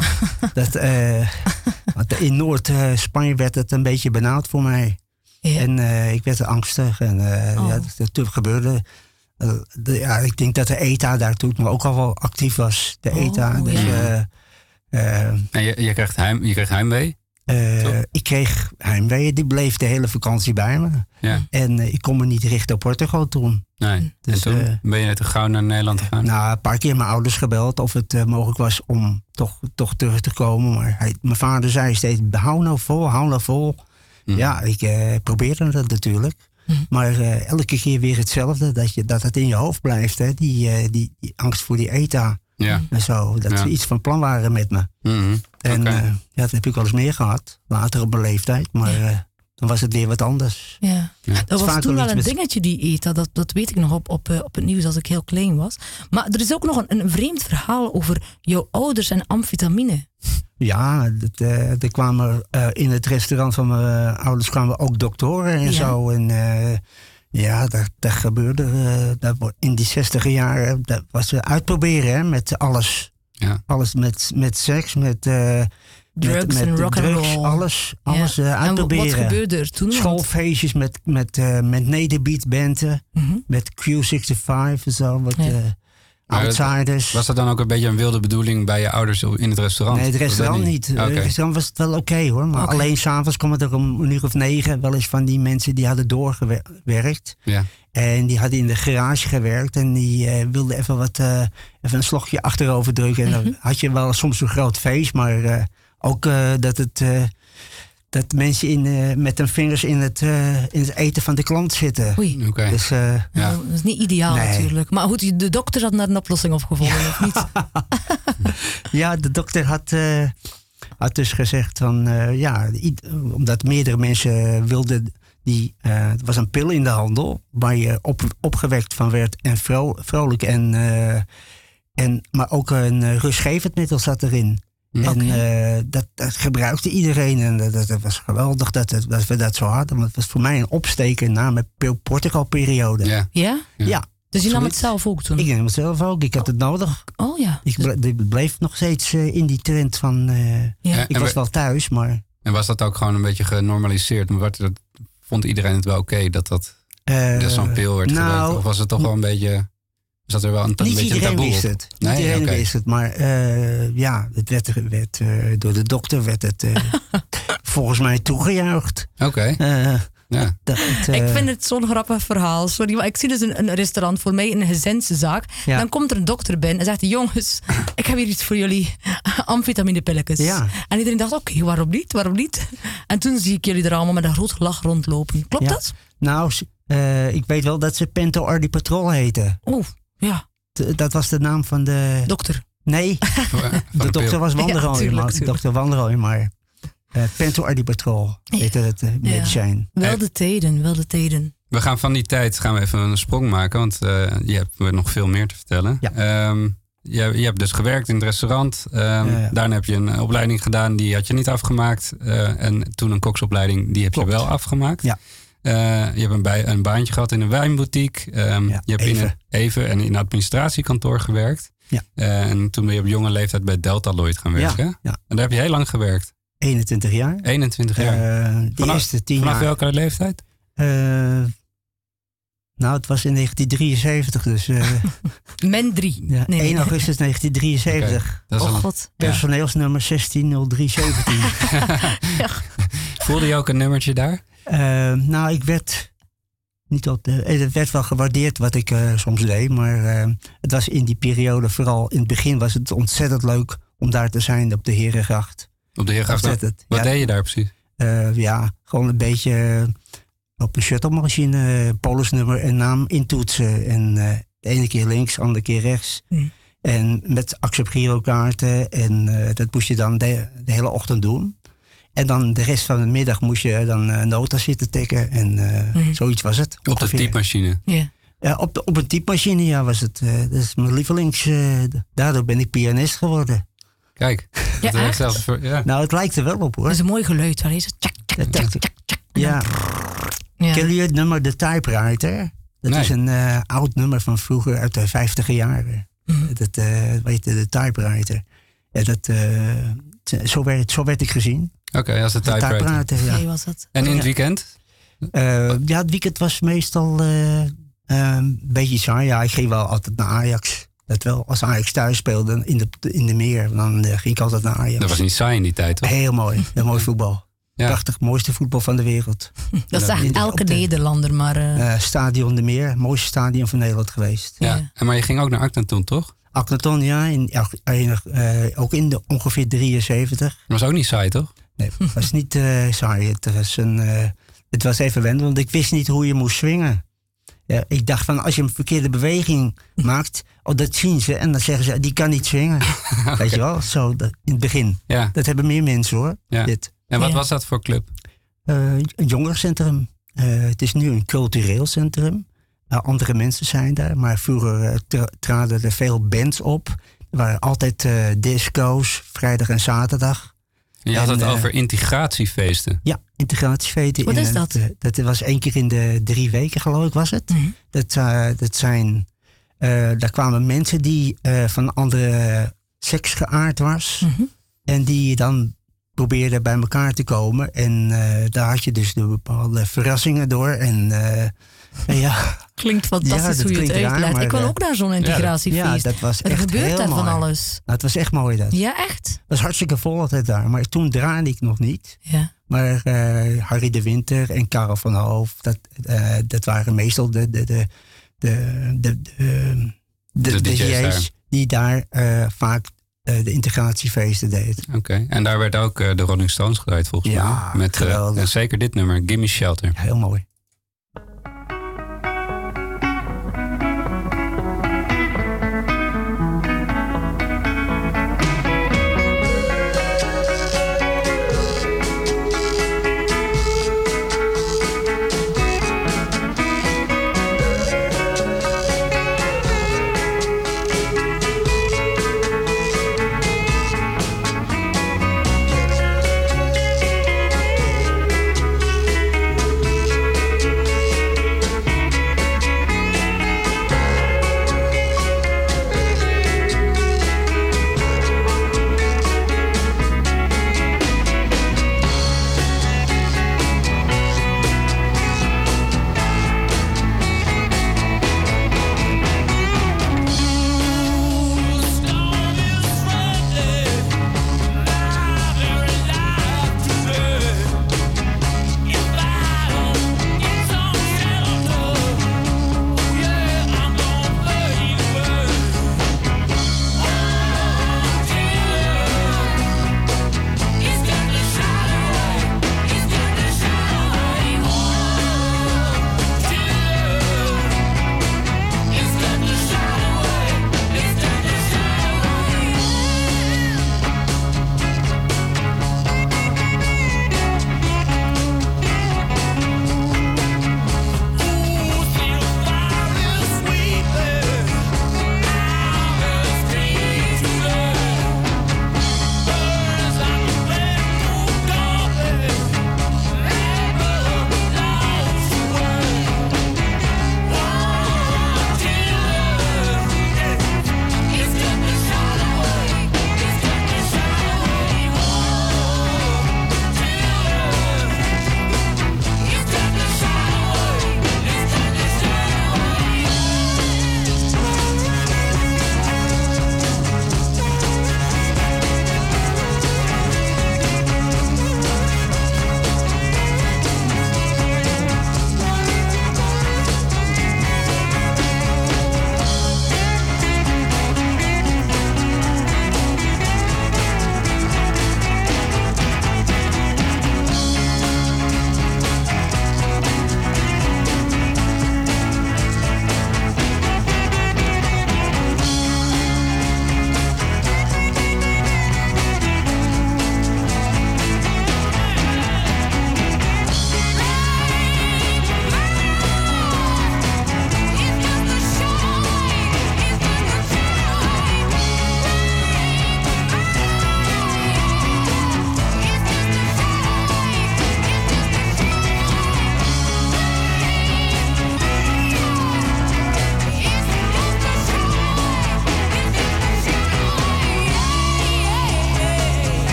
[SPEAKER 4] Want in Noord-Spanje werd het een beetje benauwd voor mij. Ja. En ik werd angstig. En toen gebeurde... ik denk dat de ETA daar toen ook al wel actief was. De ETA. Dus,
[SPEAKER 3] en je kreeg heimwee?
[SPEAKER 4] Ik kreeg heimwee. Die bleef de hele vakantie bij me.
[SPEAKER 3] Ja.
[SPEAKER 4] En ik kon me niet richten op Portugal toen.
[SPEAKER 3] Nee.
[SPEAKER 4] Dus,
[SPEAKER 3] en toen ben je te gauw naar Nederland gegaan?
[SPEAKER 4] Nou, een paar keer mijn ouders gebeld of het mogelijk was om toch terug te komen. Maar mijn vader zei steeds, hou nou vol. Ja, ik probeerde dat natuurlijk. Maar elke keer weer hetzelfde, dat het in je hoofd blijft. Hè? Die angst voor die ETA.
[SPEAKER 3] Ja.
[SPEAKER 4] En zo, dat ze iets van plan waren met me. En dat heb ik wel eens meer gehad, later op mijn leeftijd. Maar dan was het weer wat anders.
[SPEAKER 1] Ja. Dat was toen wel een dingetje, die ETA. Dat weet ik nog op het nieuws als ik heel klein was. Maar er is ook nog een vreemd verhaal over jouw ouders en amfetamine.
[SPEAKER 4] Ja, er kwamen in het restaurant van mijn ouders kwamen ook doktoren en zo. En dat gebeurde in die 60 jaar. Dat was uitproberen, hè, met alles. Ja. Alles met seks, met
[SPEAKER 1] drugs en rock'n'roll.
[SPEAKER 4] Alles uitproberen.
[SPEAKER 1] En wat gebeurde er toen?
[SPEAKER 4] Schoolfeestjes met nederbeatbanden, met Q65 en zo. Outsiders.
[SPEAKER 3] Was dat dan ook een beetje een wilde bedoing bij je ouders in het restaurant?
[SPEAKER 4] Nee, het restaurant niet.
[SPEAKER 3] Okay.
[SPEAKER 4] Het restaurant was het wel oké, hoor. Maar alleen s'avonds kwam het er om 9:00 wel eens van die mensen die hadden doorgewerkt. Ja. En die hadden in de garage gewerkt. En die wilden even een slokje achterover drukken. En dan had je wel soms een groot feest. Maar ook dat mensen met hun vingers in het eten van de klant zitten.
[SPEAKER 1] Oei.
[SPEAKER 3] Okay.
[SPEAKER 4] Dus,
[SPEAKER 1] dat is niet ideaal natuurlijk. Maar goed, de dokter had daar een oplossing op gevonden, of niet?
[SPEAKER 4] Ja, de dokter had dus gezegd van... omdat meerdere mensen wilden... Er was een pil in de handel waar je opgewekt van werd en vrolijk. Maar ook een rustgevend middel zat erin. En dat gebruikte iedereen. En dat was geweldig dat we dat zo hadden. Want het was voor mij een opsteker na mijn Portugal-periode.
[SPEAKER 3] Ja?
[SPEAKER 1] Ja. Dus je nam het zelf ook toen?
[SPEAKER 4] Ik nam het zelf ook. Ik had het nodig.
[SPEAKER 1] Oh ja.
[SPEAKER 4] Ik bleef nog steeds in die trend van... Ik was wel thuis, maar...
[SPEAKER 3] En was dat ook gewoon een beetje genormaliseerd? Vond iedereen het wel oké dat zo'n pil werd gebruikt? Of was het toch wel een beetje... Zat er wel een beetje een taboe
[SPEAKER 4] wist het. Niet iedereen wist het. Maar het werd door de dokter werd het volgens mij toegejuicht.
[SPEAKER 3] Oké. Ja.
[SPEAKER 1] Ik vind het zo'n grappig verhaal. Sorry, maar ik zie dus een restaurant, voor mij een gezinszaak. Ja. Dan komt er een dokter binnen en zegt: jongens, ik heb hier iets voor jullie. Amfetaminepilletjes. Ja. En iedereen dacht: oké, waarom niet? En toen zie ik jullie er allemaal met een groot lach rondlopen. Klopt dat?
[SPEAKER 4] Nou, ik weet wel dat ze pentoardipatrol heten.
[SPEAKER 1] Oeh, ja.
[SPEAKER 4] Dat was de naam van de...
[SPEAKER 1] Dokter.
[SPEAKER 4] Nee, de dokter was Wanderooy. Dokter Wanderooy, maar... pentoardipatrol heette het medicijn.
[SPEAKER 1] Wel de tijden.
[SPEAKER 3] We gaan van die tijd even een sprong maken, want je hebt nog veel meer te vertellen. Ja. Je hebt dus gewerkt in het restaurant. Daarna heb je een opleiding gedaan, die had je niet afgemaakt. En toen een koksopleiding, die heb je wel afgemaakt. Ja. Je hebt een baantje gehad in een wijnboutique. Je hebt even en in een administratiekantoor gewerkt. Ja. En toen ben je op jonge leeftijd bij Delta Lloyd gaan werken. Ja. En daar heb je heel lang gewerkt.
[SPEAKER 4] 21 jaar.
[SPEAKER 3] 21 jaar.
[SPEAKER 4] Eerste 10 jaar.
[SPEAKER 3] Vanaf welke leeftijd?
[SPEAKER 4] Het was in 1973, dus...
[SPEAKER 1] Men 3.
[SPEAKER 4] Ja, 1 augustus 1973.
[SPEAKER 3] Okay.
[SPEAKER 1] God.
[SPEAKER 4] Personeelsnummer 160317.
[SPEAKER 3] Voelde je ook een nummertje daar?
[SPEAKER 4] Ik werd... Het werd wel gewaardeerd wat ik soms deed, maar het was in die periode, vooral in het begin, was het ontzettend leuk om daar te zijn op de Herengracht.
[SPEAKER 3] Op de Herengracht? Wat deed je daar precies?
[SPEAKER 4] Gewoon een beetje op een shuttle-machine polisnummer en naam intoetsen. En de ene keer links, de andere keer rechts. En met accept-girokaarten. En dat moest je dan de hele ochtend doen. En dan de rest van de middag moest je dan nota zitten tikken. En zoiets was het.
[SPEAKER 3] Op de typemachine?
[SPEAKER 4] Ja, op een typemachine was het. Dat is mijn lievelings. Daardoor ben ik pianist geworden.
[SPEAKER 3] Kijk.
[SPEAKER 1] Ja, echt?
[SPEAKER 4] Nou, het lijkt er wel op, hoor.
[SPEAKER 1] Dat is een mooi geluid. Waar is het?
[SPEAKER 4] Ja. Ken je het nummer De Typewriter? Dat is een oud nummer van vroeger uit de 50e jaren. De Typewriter. Zo werd ik gezien.
[SPEAKER 3] Oké, als de typewriter.
[SPEAKER 1] Ja. Was het?
[SPEAKER 3] En in het weekend?
[SPEAKER 4] Het weekend was meestal een beetje saai. Ja, ik ging wel altijd naar Ajax. Dat wel. Als Ajax thuis speelde in de meer, dan ging ik altijd naar Ajax.
[SPEAKER 3] Dat was niet saai in die tijd, toch?
[SPEAKER 4] Heel mooi. Heel mooi voetbal.
[SPEAKER 3] Ja.
[SPEAKER 4] Prachtig. Mooiste voetbal van de wereld.
[SPEAKER 1] Dat zegt elke Nederlander, maar...
[SPEAKER 4] Stadion de Meer. Mooiste stadion van Nederland geweest.
[SPEAKER 3] Ja. Maar je ging ook naar Akhenaton, toch?
[SPEAKER 4] Akhenaton, ja. Ook in de ongeveer 73.
[SPEAKER 3] Was ook niet saai, toch?
[SPEAKER 4] Nee, het was niet saai. Het was even wennen, want ik wist niet hoe je moest swingen. Ja, ik dacht van, als je een verkeerde beweging maakt, dat zien ze. En dan zeggen ze, die kan niet swingen. Okay. Weet je wel, zo in het begin.
[SPEAKER 3] Ja.
[SPEAKER 4] Dat hebben meer mensen, hoor.
[SPEAKER 3] Ja.
[SPEAKER 4] Dit.
[SPEAKER 3] En wat was dat voor club?
[SPEAKER 4] Een jongerencentrum. Het is nu een cultureel centrum. Andere mensen zijn daar. Maar vroeger traden er veel bands op. Er waren altijd disco's, vrijdag en zaterdag.
[SPEAKER 3] En je had het over integratiefeesten.
[SPEAKER 4] Ja, integratiefeesten.
[SPEAKER 1] Wat is dat?
[SPEAKER 4] Dat was 1 keer in de 3 weken, geloof ik, was het. Mm-hmm. Daar kwamen mensen die van andere seks geaard was. Mm-hmm. En die dan probeerden bij elkaar te komen. En daar had je dus de bepaalde verrassingen door. En ja...
[SPEAKER 1] Klinkt fantastisch hoe je het uitlegt. Ik wil ook naar zo'n integratiefeest.
[SPEAKER 4] Ja, dat was echt
[SPEAKER 1] gebeurt daar
[SPEAKER 4] mooi.
[SPEAKER 1] Van alles.
[SPEAKER 4] Nou, het was echt mooi dat.
[SPEAKER 1] Ja, echt?
[SPEAKER 4] Het was hartstikke vol altijd daar. Maar toen draaide ik nog niet. Ja. Maar Harry de Winter en Karel van Hoof, dat waren meestal de DJ's die daar vaak de integratiefeesten deed.
[SPEAKER 3] Oké. En daar werd ook de Rolling Stones gedraaid volgens mij. Met zeker dit nummer, Gimme Shelter.
[SPEAKER 4] Heel mooi.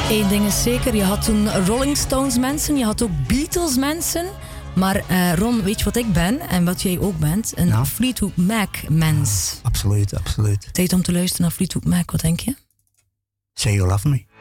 [SPEAKER 1] Eén ding is zeker, je had toen Rolling Stones mensen, je had ook Beatles mensen. Maar Ron, weet je wat ik ben en wat jij ook bent? Een Fleetwood Mac mens.
[SPEAKER 4] Absoluut, absoluut.
[SPEAKER 1] Tijd om te luisteren naar Fleetwood Mac, wat denk je?
[SPEAKER 4] Say You Love Me.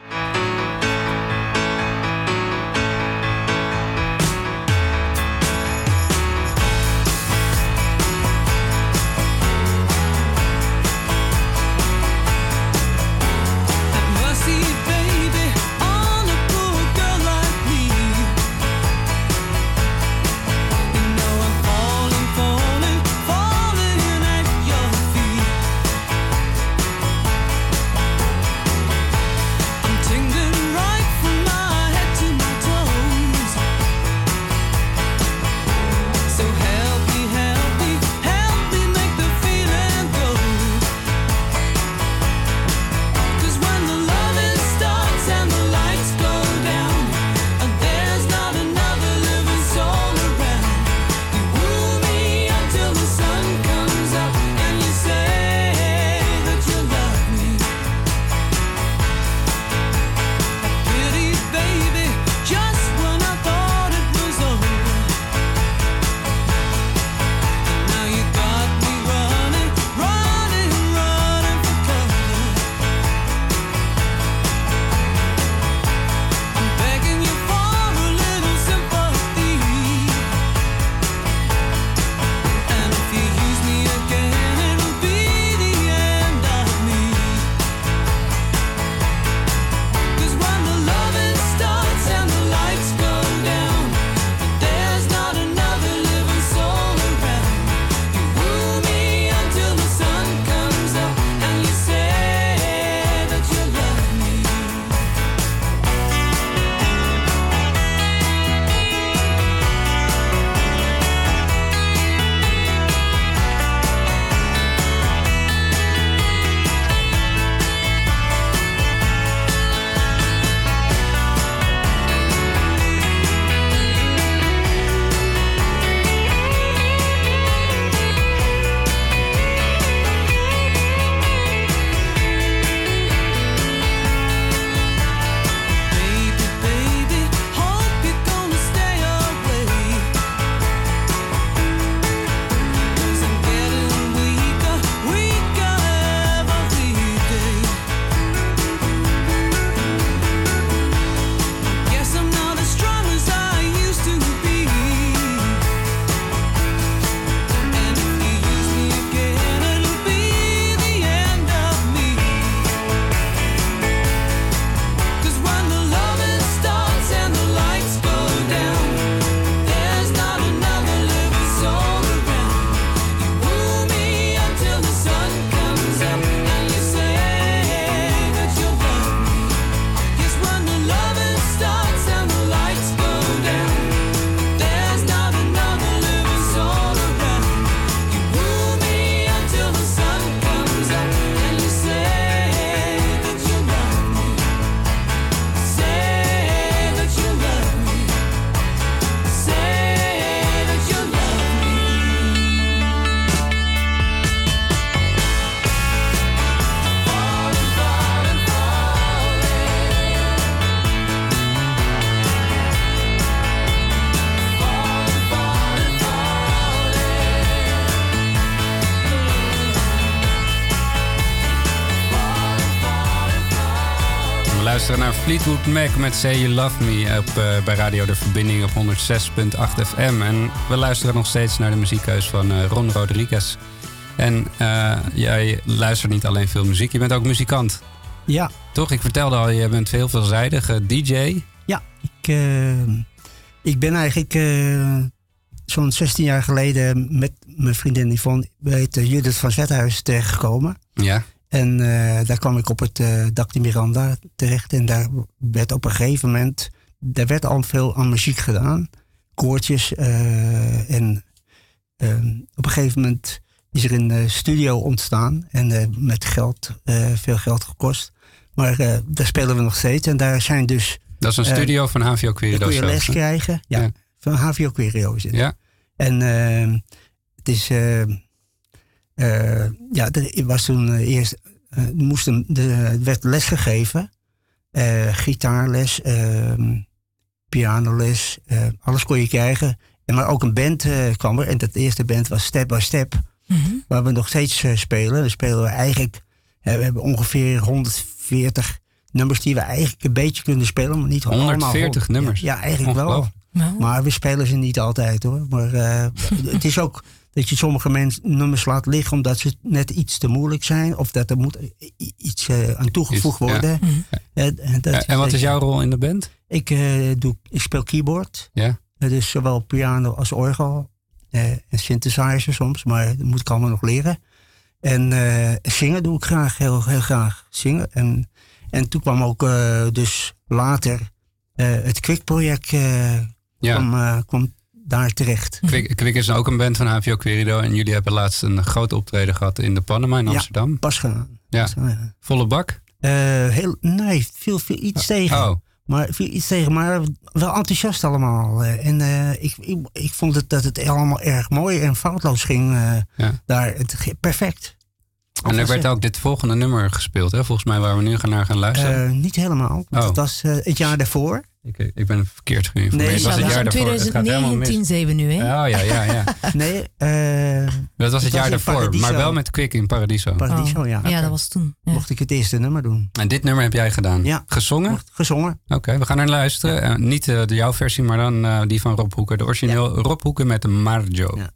[SPEAKER 3] Naar Fleetwood Mac met Say You Love Me bij Radio De Verbinding op 106.8 FM. En we luisteren nog steeds naar de muziekkeus van Ron Rodriguez. En jij luistert niet alleen veel muziek, je bent ook muzikant.
[SPEAKER 4] Ja.
[SPEAKER 3] Toch? Ik vertelde al, je bent heel veelzijdig. DJ.
[SPEAKER 4] Ja, ik ben eigenlijk zo'n 16 jaar geleden met mijn vriendin Yvonne bij het Judith van Zethuis terechtgekomen.
[SPEAKER 3] Ja.
[SPEAKER 4] En daar kwam ik op het Dak de Miranda terecht. En daar werd op een gegeven moment... Daar werd al veel aan muziek gedaan. Koortjes. En op een gegeven moment is er een studio ontstaan. En met geld, veel geld gekost. Maar daar spelen we nog steeds. En daar zijn dus...
[SPEAKER 3] Dat is een studio van HVO Querido.
[SPEAKER 4] Daar kun je les krijgen. Ja, van HVO Querido is het.
[SPEAKER 3] Ja.
[SPEAKER 4] En het is... er was toen eerst... werd les gegeven. Gitaarles, pianoles, alles kon je krijgen. Maar ook een band kwam er. En dat eerste band was Step by Step. Mm-hmm. Waar we nog steeds spelen. Dan spelen we eigenlijk... we hebben ongeveer 140 nummers die we eigenlijk een beetje kunnen spelen. Maar niet
[SPEAKER 3] 140 nummers?
[SPEAKER 4] Ja, eigenlijk wel. Nou. Maar we spelen ze niet altijd hoor. Maar het is ook dat je sommige nummers laat liggen omdat ze net iets te moeilijk zijn. Of dat er moet iets aan toegevoegd worden. Ja.
[SPEAKER 3] Mm-hmm. En wat is jouw rol in de band?
[SPEAKER 4] Ik speel keyboard.
[SPEAKER 3] Ja.
[SPEAKER 4] Dus zowel piano als orgel. En synthesizer soms. Maar dat moet ik allemaal nog leren. En zingen doe ik graag. Heel, heel graag zingen. En toen kwam ook dus later het Kwik-project kwam daar terecht.
[SPEAKER 3] Kwik is ook een band van HVO Querido. En jullie hebben laatst een groot optreden gehad in de Panama in Amsterdam.
[SPEAKER 4] Ja, pas gedaan.
[SPEAKER 3] Ja. Volle bak?
[SPEAKER 4] Viel iets tegen. Oh. Maar viel iets tegen, maar wel enthousiast allemaal. En ik vond dat het allemaal erg mooi en foutloos ging daar. Perfect.
[SPEAKER 3] En er werd ook dit volgende nummer gespeeld, hè? Volgens mij waar we nu naar gaan luisteren.
[SPEAKER 4] Niet helemaal. Oh. Het was het jaar daarvoor.
[SPEAKER 3] Ik ben verkeerd geïnformeerd.
[SPEAKER 1] Nee, het was het jaar daarvoor. 2019 zijn we nu, hè?
[SPEAKER 3] Oh ja.
[SPEAKER 4] Nee.
[SPEAKER 3] Dat was het jaar daarvoor, maar wel met Kwik in Paradiso.
[SPEAKER 4] Paradiso, ja.
[SPEAKER 1] Ja, dat was toen. Ja.
[SPEAKER 4] Mocht ik het eerste nummer doen.
[SPEAKER 3] En dit nummer heb jij gedaan?
[SPEAKER 4] Ja.
[SPEAKER 3] Gezongen?
[SPEAKER 4] Gezongen.
[SPEAKER 3] Oké, we gaan naar luisteren. Ja. Niet jouw versie, maar dan die van Rob Hoeken. De origineel Rob Hoeken met Marjo. Ja.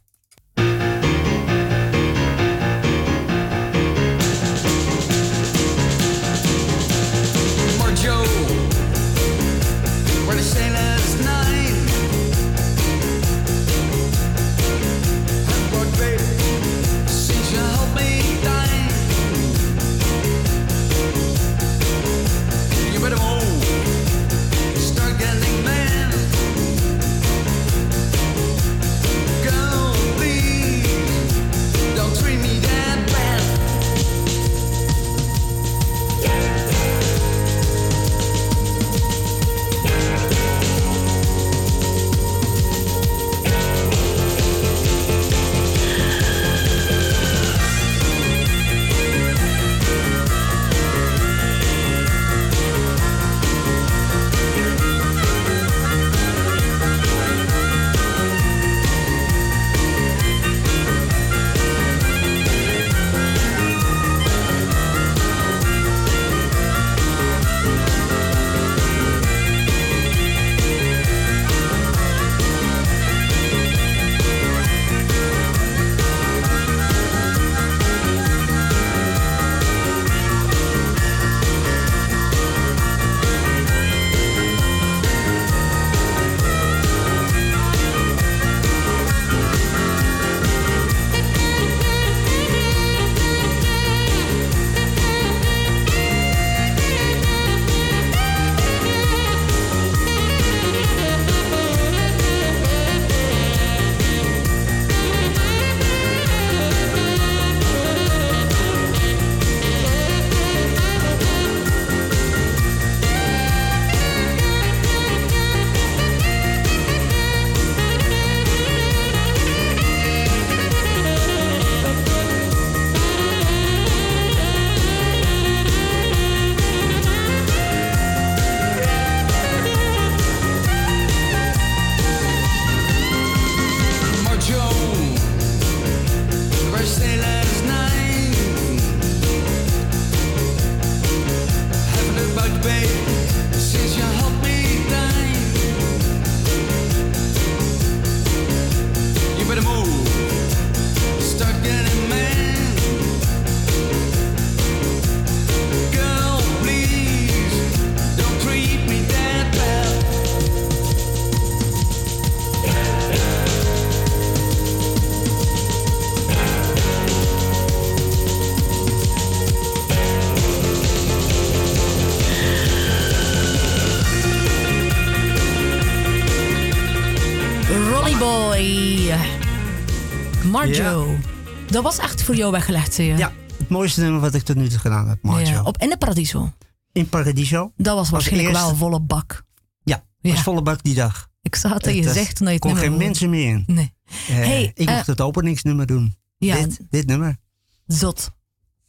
[SPEAKER 1] Marjo. Ja. Dat was echt voor jou weggelegd, zie je?
[SPEAKER 4] Ja, het mooiste nummer wat ik tot nu toe gedaan heb, Marjo. Ja,
[SPEAKER 1] in de Paradiso?
[SPEAKER 4] In Paradiso.
[SPEAKER 1] Dat was waarschijnlijk wel volle bak.
[SPEAKER 4] Ja, was volle bak die dag.
[SPEAKER 1] Ik zag het in je gezicht toen je het
[SPEAKER 4] kon geen mensen meer in.
[SPEAKER 1] Nee.
[SPEAKER 4] Ik mocht het openingsnummer doen. Ja. Dit nummer.
[SPEAKER 1] Zot.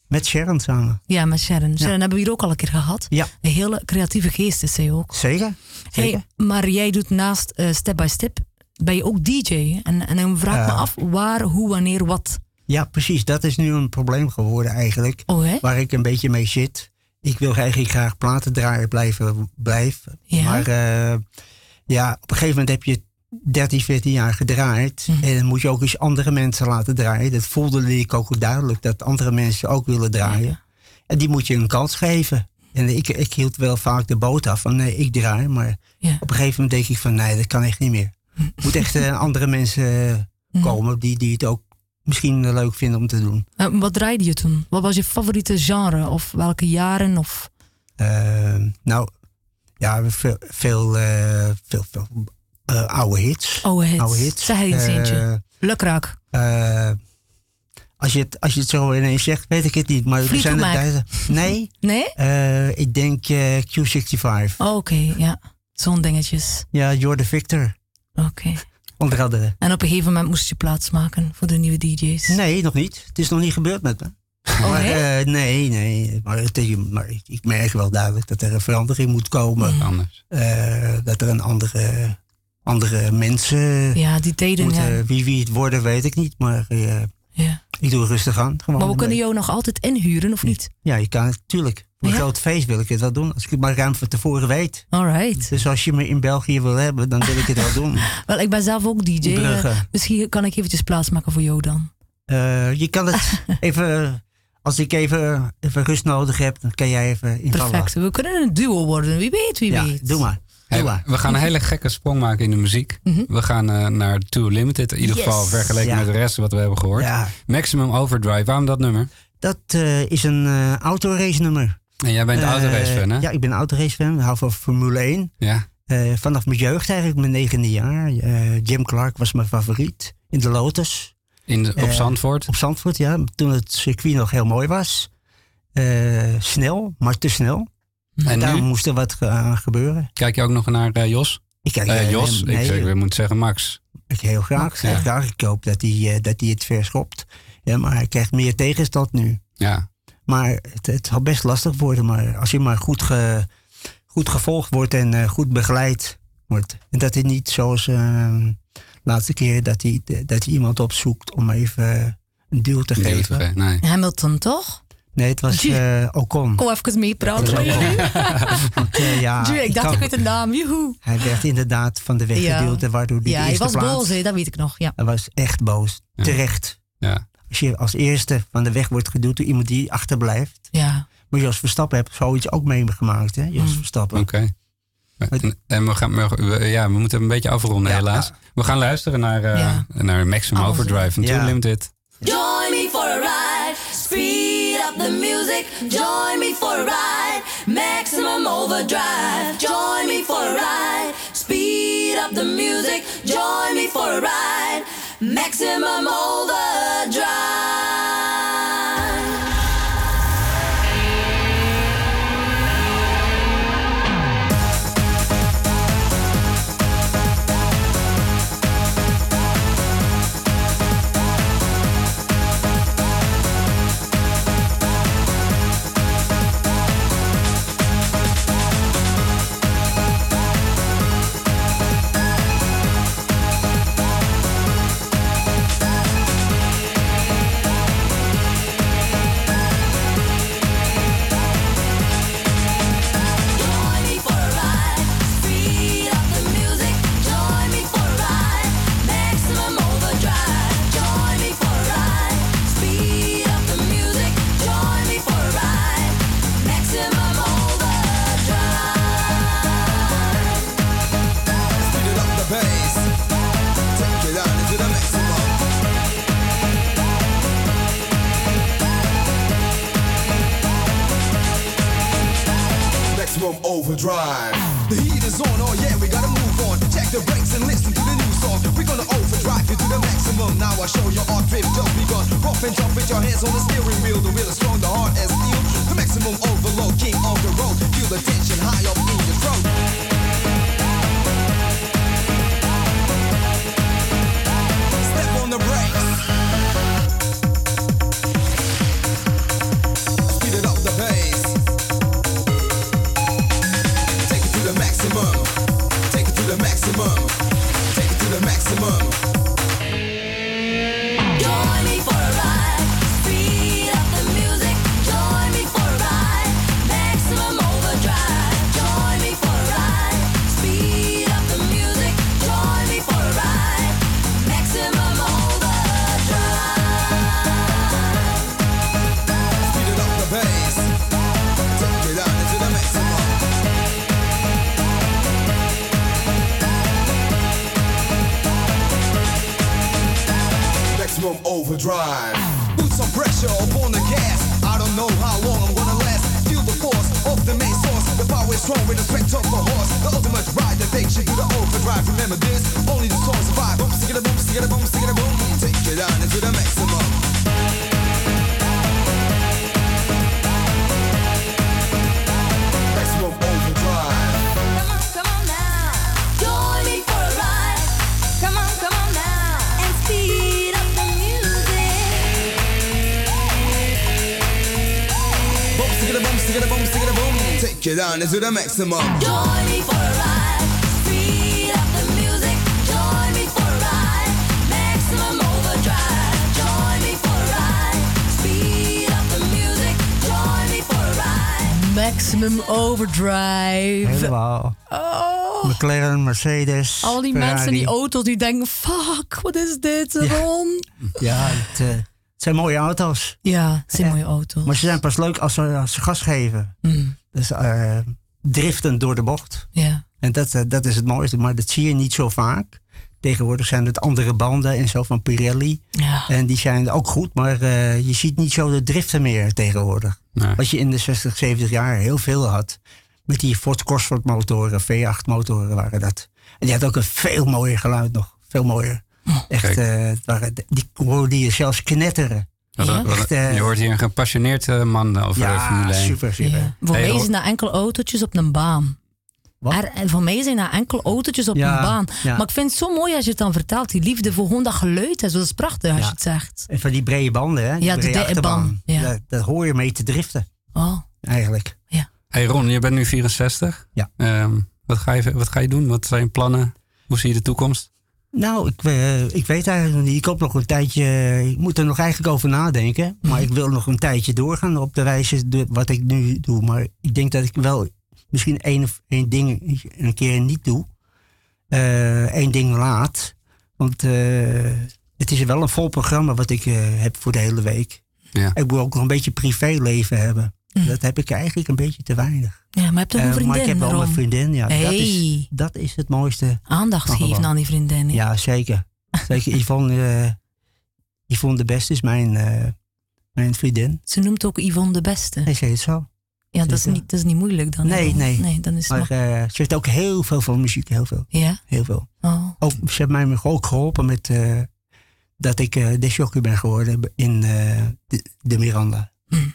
[SPEAKER 4] Met Sharon samen.
[SPEAKER 1] Ja, met Sharon. Sharon hebben we hier ook al een keer gehad.
[SPEAKER 4] Ja.
[SPEAKER 1] Een hele creatieve geest is zij ook.
[SPEAKER 4] Zeker.
[SPEAKER 1] Hey, maar jij doet naast Step by Step, ben je ook DJ. En dan vraag ik me af, waar, hoe, wanneer, wat?
[SPEAKER 4] Ja, precies. Dat is nu een probleem geworden eigenlijk. Waar ik een beetje mee zit. Ik wil eigenlijk graag platendraaier blijven.
[SPEAKER 1] Ja.
[SPEAKER 4] Maar op een gegeven moment heb je 13, 14 jaar gedraaid. En dan moet je ook eens andere mensen laten draaien. Dat voelde ik ook duidelijk, dat andere mensen ook willen draaien. Ja. En die moet je een kans geven. En ik hield wel vaak de boot af van nee, ik draai. Maar op een gegeven moment denk ik van nee, dat kan echt niet meer. Moet echt andere mensen komen die het ook misschien leuk vinden om te doen.
[SPEAKER 1] Wat draaide je toen? Wat was je favoriete genre? Of welke jaren? Of?
[SPEAKER 4] Veel oude hits.
[SPEAKER 1] Oude hits. Zeg eens eentje. Lukraak.
[SPEAKER 4] Als je het zo ineens zegt, weet ik het niet. Maar er zijn tijden. Nee?
[SPEAKER 1] Nee?
[SPEAKER 4] Ik denk Q65.
[SPEAKER 1] Oké, ja. Zo'n dingetjes.
[SPEAKER 4] Ja, You're the Victor.
[SPEAKER 1] Oké.
[SPEAKER 4] Onder andere.
[SPEAKER 1] En op een gegeven moment moest je plaatsmaken voor de nieuwe DJ's?
[SPEAKER 4] Nee, nog niet. Het is nog niet gebeurd met me. Nee. Maar ik merk wel duidelijk dat er een verandering moet komen.
[SPEAKER 3] Anders.
[SPEAKER 4] Dat er een andere mensen...
[SPEAKER 1] Ja, die tijden...
[SPEAKER 4] moeten, wie het worden, weet ik niet. Maar ik doe rustig aan. Gewoon
[SPEAKER 1] maar we kunnen jou nog altijd inhuren, of niet?
[SPEAKER 4] Ja, je kan het, tuurlijk. Voor een groot feest wil ik het wel doen. Als ik het maar ruim van tevoren weet.
[SPEAKER 1] Alright.
[SPEAKER 4] Dus als je me in België wil hebben, dan wil ik het wel doen.
[SPEAKER 1] Wel, ik ben zelf ook DJ. Misschien kan ik eventjes plaatsmaken voor jou dan.
[SPEAKER 4] Je kan het even... Als ik even rust nodig heb, dan kan jij even invallen.
[SPEAKER 1] Perfect. We kunnen een duo worden. Wie weet.
[SPEAKER 4] Doe maar.
[SPEAKER 3] We gaan een hele gekke sprong maken in de muziek. We gaan naar Too Limited. In ieder geval vergeleken met de rest wat we hebben gehoord. Ja. Maximum Overdrive. Waarom dat nummer?
[SPEAKER 4] Dat is een autorace nummer.
[SPEAKER 3] En jij bent autorace fan, hè?
[SPEAKER 4] Ja, ik ben autorace fan. Ik hou van Formule 1.
[SPEAKER 3] Ja.
[SPEAKER 4] Vanaf mijn jeugd eigenlijk, mijn 9e jaar. Jim Clark was mijn favoriet. In de Lotus.
[SPEAKER 3] Op Zandvoort?
[SPEAKER 4] Op Zandvoort, ja. Toen het circuit nog heel mooi was. Snel, maar te snel. En daar moest er wat gebeuren.
[SPEAKER 3] Kijk je ook nog naar Jos?
[SPEAKER 4] Ik kijk
[SPEAKER 3] Jos? Ik moet zeggen Max.
[SPEAKER 4] Ik heel graag. Ik hoop dat hij het verschopt. Ja, maar hij krijgt meer tegenstand nu.
[SPEAKER 3] Ja.
[SPEAKER 4] Maar het zal best lastig worden. Maar als je maar goed gevolgd wordt en goed begeleid wordt. En dat hij niet zoals laatste keer dat hij iemand opzoekt om even een duw te geven.
[SPEAKER 3] Nee.
[SPEAKER 1] Hamilton, toch?
[SPEAKER 4] Nee, het was Ocon.
[SPEAKER 1] Kom even meepraten. Ik dacht, ik weet de naam. Joehoe.
[SPEAKER 4] Hij werd inderdaad van de weg geduwd. Waardoor hij
[SPEAKER 1] was boos, dat weet ik nog. Ja.
[SPEAKER 4] Hij was echt boos. Ja. Terecht.
[SPEAKER 3] Ja.
[SPEAKER 4] Als je als eerste van de weg wordt geduwd door iemand die achterblijft.
[SPEAKER 1] Ja.
[SPEAKER 4] Maar Jos Verstappen heeft zoiets ook meegemaakt, hè? Jos Verstappen.
[SPEAKER 3] Oké. En we moeten een beetje afronden, helaas. We gaan luisteren naar Maximum Overdrive van Too Limited.
[SPEAKER 6] Join me for a ride, speed up the music. Join me for a ride, maximum overdrive. Join me for a ride, speed up the music. Join me for a ride, maximum overdrive.
[SPEAKER 7] Overdrive. The heat is on, oh yeah, we gotta move on. Check the brakes and listen to the new song. We're gonna overdrive you to the maximum. Now I show you our trip just begun. Rough and jump with your hands on the steering wheel. The wheel is strong, the heart as steel. The maximum overload, king of the road. Feel the tension high up in your throat. Step on the brakes. overdrive. Put some pressure upon the gas. I don't know how long I'm gonna last. Feel the force of the main source. The power is strong with the strength of the horse. The ultimate ride that takes you to the overdrive. Remember this, only the strong survive. Boom, stick it a boom, stick it a boom, stick it a boom. Take it down into the maximum. Maximum overdrive.
[SPEAKER 8] Come on now, join me for a ride. Come on now, and speed up the music.
[SPEAKER 7] Boom, stick it a boom, stick it a boom, stick it a boom. Take it down into the maximum.
[SPEAKER 8] Join me for a ride. Speed up the music. Join me for a ride. Maximum overdrive. Join me for a ride. Speed up the music. Join me for a ride.
[SPEAKER 1] Maximum Overdrive.
[SPEAKER 4] Helemaal.
[SPEAKER 1] Oh.
[SPEAKER 4] McLaren, Mercedes,
[SPEAKER 1] Al die
[SPEAKER 4] Ferrari.
[SPEAKER 1] mensen in die auto's die denken, fuck, wat is dit, Ron?
[SPEAKER 4] Ja, het zijn mooie auto's.
[SPEAKER 1] Ja, het zijn mooie auto's.
[SPEAKER 4] Maar ze zijn pas leuk als ze gas geven. Dus driften door de bocht.
[SPEAKER 1] Ja.
[SPEAKER 4] En dat is het mooiste. Maar dat zie je niet zo vaak. Tegenwoordig zijn het andere banden en zo van Pirelli.
[SPEAKER 1] Ja.
[SPEAKER 4] En die zijn ook goed. Maar je ziet niet zo de driften meer tegenwoordig.
[SPEAKER 3] Nee.
[SPEAKER 4] Wat je in de 60, 70 jaar heel veel had. Met die Ford Cosworth motoren, V8 motoren waren dat. En die had ook een veel mooier geluid nog. Veel mooier. Echt, die hoorde je zelfs knetteren. Echt,
[SPEAKER 3] Je hoort hier een gepassioneerd man over Formule 1.
[SPEAKER 4] Super.
[SPEAKER 1] Ja. Voor mij zijn dat enkel autootjes op een baan. En voor mij zijn dat enkel autootjes op een baan.
[SPEAKER 4] Ja.
[SPEAKER 1] Maar ik vind het zo mooi als je het dan vertelt. Die liefde voor gewoon dat geluid. Dat is prachtig als je het zegt.
[SPEAKER 4] En van die brede banden, hè? Die
[SPEAKER 1] Ja, de
[SPEAKER 4] brede
[SPEAKER 1] dikke band.
[SPEAKER 4] achterbaan.
[SPEAKER 1] Ja.
[SPEAKER 4] Daar hoor je mee te driften.
[SPEAKER 1] Oh.
[SPEAKER 4] Eigenlijk.
[SPEAKER 1] Ja.
[SPEAKER 3] Hey Ron, je bent nu 64.
[SPEAKER 4] Ja.
[SPEAKER 3] Wat ga je doen? Wat zijn je plannen? Hoe zie je de toekomst?
[SPEAKER 4] Nou, ik weet eigenlijk nog niet. Ik hoop nog een tijdje... Ik moet er nog eigenlijk over nadenken. Maar ik wil nog een tijdje doorgaan op de wijze wat ik nu doe. Maar ik denk dat ik wel misschien één ding een keer niet doe. Eén ding laat. Want het is wel een vol programma wat ik heb voor de hele week.
[SPEAKER 3] Ja.
[SPEAKER 4] Ik moet ook nog een beetje privéleven hebben. Dat heb ik eigenlijk een beetje te weinig.
[SPEAKER 1] Ja, maar je hebt toch een vriendin,
[SPEAKER 4] maar ik heb wel
[SPEAKER 1] Ron?
[SPEAKER 4] een vriendin, ja.
[SPEAKER 1] Hey.
[SPEAKER 4] Dat is het mooiste.
[SPEAKER 1] Aandacht
[SPEAKER 4] Nog
[SPEAKER 1] geven
[SPEAKER 4] wel.
[SPEAKER 1] aan die vriendin. hè?
[SPEAKER 4] Ja, zeker. Zeker. Yvonne de Beste is mijn vriendin.
[SPEAKER 1] Ze noemt ook Yvonne de Beste.
[SPEAKER 4] Nee, zei het zo.
[SPEAKER 1] Ja, dat is niet moeilijk dan.
[SPEAKER 4] Nee.
[SPEAKER 1] Nee, dan is het
[SPEAKER 4] Maar
[SPEAKER 1] nog...
[SPEAKER 4] ze heeft ook heel veel van muziek. Heel veel.
[SPEAKER 1] Ja?
[SPEAKER 4] Heel veel.
[SPEAKER 1] Oh.
[SPEAKER 4] Ook, ze heeft mij ook geholpen met dat ik discjockey ben geworden in de Miranda.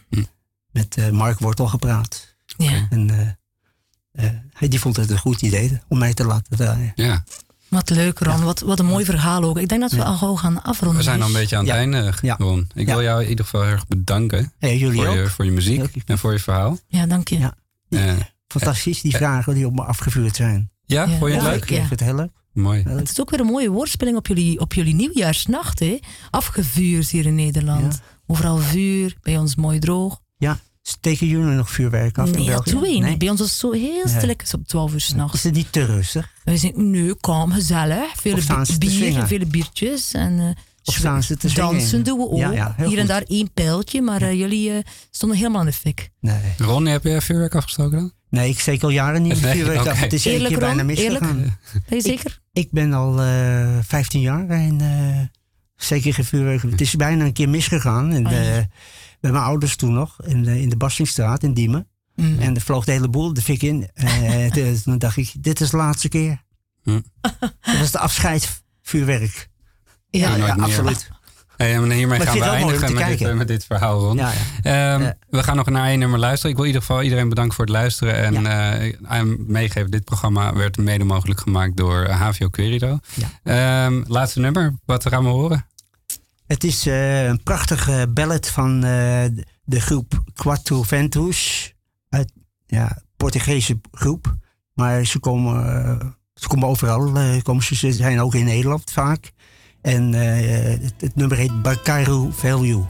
[SPEAKER 4] Met Mark Wortel gepraat.
[SPEAKER 1] Ja.
[SPEAKER 4] En die vond het een goed idee om mij te laten draaien.
[SPEAKER 3] Ja.
[SPEAKER 1] Wat leuk, Ron. Wat een mooi verhaal ook. Ik denk dat we al gauw gaan afronden.
[SPEAKER 3] We zijn al een beetje aan het einde, Ron. Ik wil jou in ieder geval heel erg bedanken.
[SPEAKER 4] Jullie
[SPEAKER 3] voor je muziek en voor je verhaal.
[SPEAKER 1] Ja, dank je.
[SPEAKER 4] Ja. Fantastisch, die vragen die op me afgevuurd zijn.
[SPEAKER 3] Ja, vond je het leuk?
[SPEAKER 4] Ik vind het heel leuk.
[SPEAKER 3] Mooi.
[SPEAKER 1] Het is ook weer een mooie woordspeling op jullie nieuwjaarsnacht. Hè? Afgevuurd hier in Nederland.
[SPEAKER 4] Ja.
[SPEAKER 1] Overal vuur, bij ons mooi droog.
[SPEAKER 4] Ja, steken jullie nog vuurwerk af in
[SPEAKER 1] Nee,
[SPEAKER 4] België?
[SPEAKER 1] dat doen we niet.
[SPEAKER 4] Nee?
[SPEAKER 1] Bij ons is het zo heel stilletjes op 12 uur s'nachts.
[SPEAKER 4] Is het niet te rustig?
[SPEAKER 1] We zijn nu kalm, gezellig.
[SPEAKER 4] Of staan ze te swingen?
[SPEAKER 1] Vele biertjes. En,
[SPEAKER 4] Of staan ze te swingen?
[SPEAKER 1] dansen doen we ook.
[SPEAKER 4] Ja, heel
[SPEAKER 1] hier en
[SPEAKER 4] goed.
[SPEAKER 1] daar 1 pijltje, maar jullie stonden helemaal in de fik.
[SPEAKER 4] Nee.
[SPEAKER 3] Ron, heb je vuurwerk afgestoken dan?
[SPEAKER 4] Nee, ik steek al jaren niet
[SPEAKER 3] Nee,
[SPEAKER 4] vuurwerk
[SPEAKER 3] oké.
[SPEAKER 4] af. Het is één
[SPEAKER 1] Eerlijk,
[SPEAKER 4] keer bijna
[SPEAKER 1] Ron?
[SPEAKER 4] misgegaan.
[SPEAKER 1] Ben je zeker?
[SPEAKER 4] Ik ben al 15 jaar en zeker geen vuurwerk. Het is bijna een keer misgegaan. En, bij mijn ouders toen nog, in de Bastingstraat in Diemen. En er vloog de hele boel de fik in. Toen dacht ik, dit is de laatste keer. Dat was de afscheidsvuurwerk.
[SPEAKER 1] Ja,
[SPEAKER 3] nooit meer.
[SPEAKER 4] absoluut.
[SPEAKER 3] Hey, en hiermee
[SPEAKER 4] Maar ik
[SPEAKER 3] gaan we
[SPEAKER 4] vind het wel mooi om
[SPEAKER 3] eindigen
[SPEAKER 4] te kijken.
[SPEAKER 3] met dit verhaal, Ron.
[SPEAKER 4] Ja.
[SPEAKER 3] We gaan nog naar 1 nummer luisteren. Ik wil in ieder geval iedereen bedanken voor het luisteren. En meegeven, dit programma werd mede mogelijk gemaakt door HVO Querido. Laatste nummer, wat gaan we horen?
[SPEAKER 4] Het is een prachtige ballad van de groep Quatro Ventos. Uit Portugese groep. Maar ze komen overal. Ze zijn ook in Nederland vaak. En het nummer heet Bacaru Value.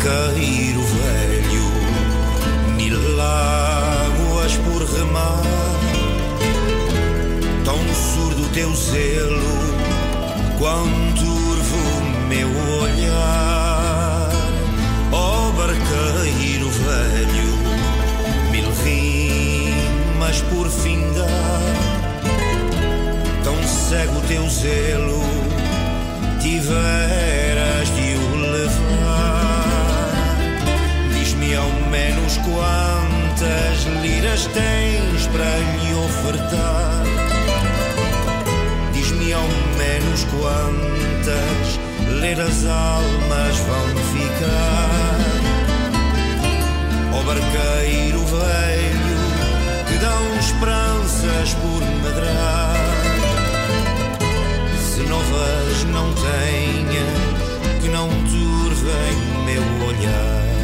[SPEAKER 9] barqueiro velho, mil águas por remar, tão surdo teu zelo, quão turvo meu olhar. Ó barqueiro velho, mil rimas por findar, tão cego teu zelo, tiveras de o levar. Diz-me ao menos quantas liras tens para lhe ofertar. Diz-me ao menos quantas leras almas vão ficar. Ó barqueiro velho, que dão esperanças por medrar. Se novas não tenhas, que não turvem meu olhar.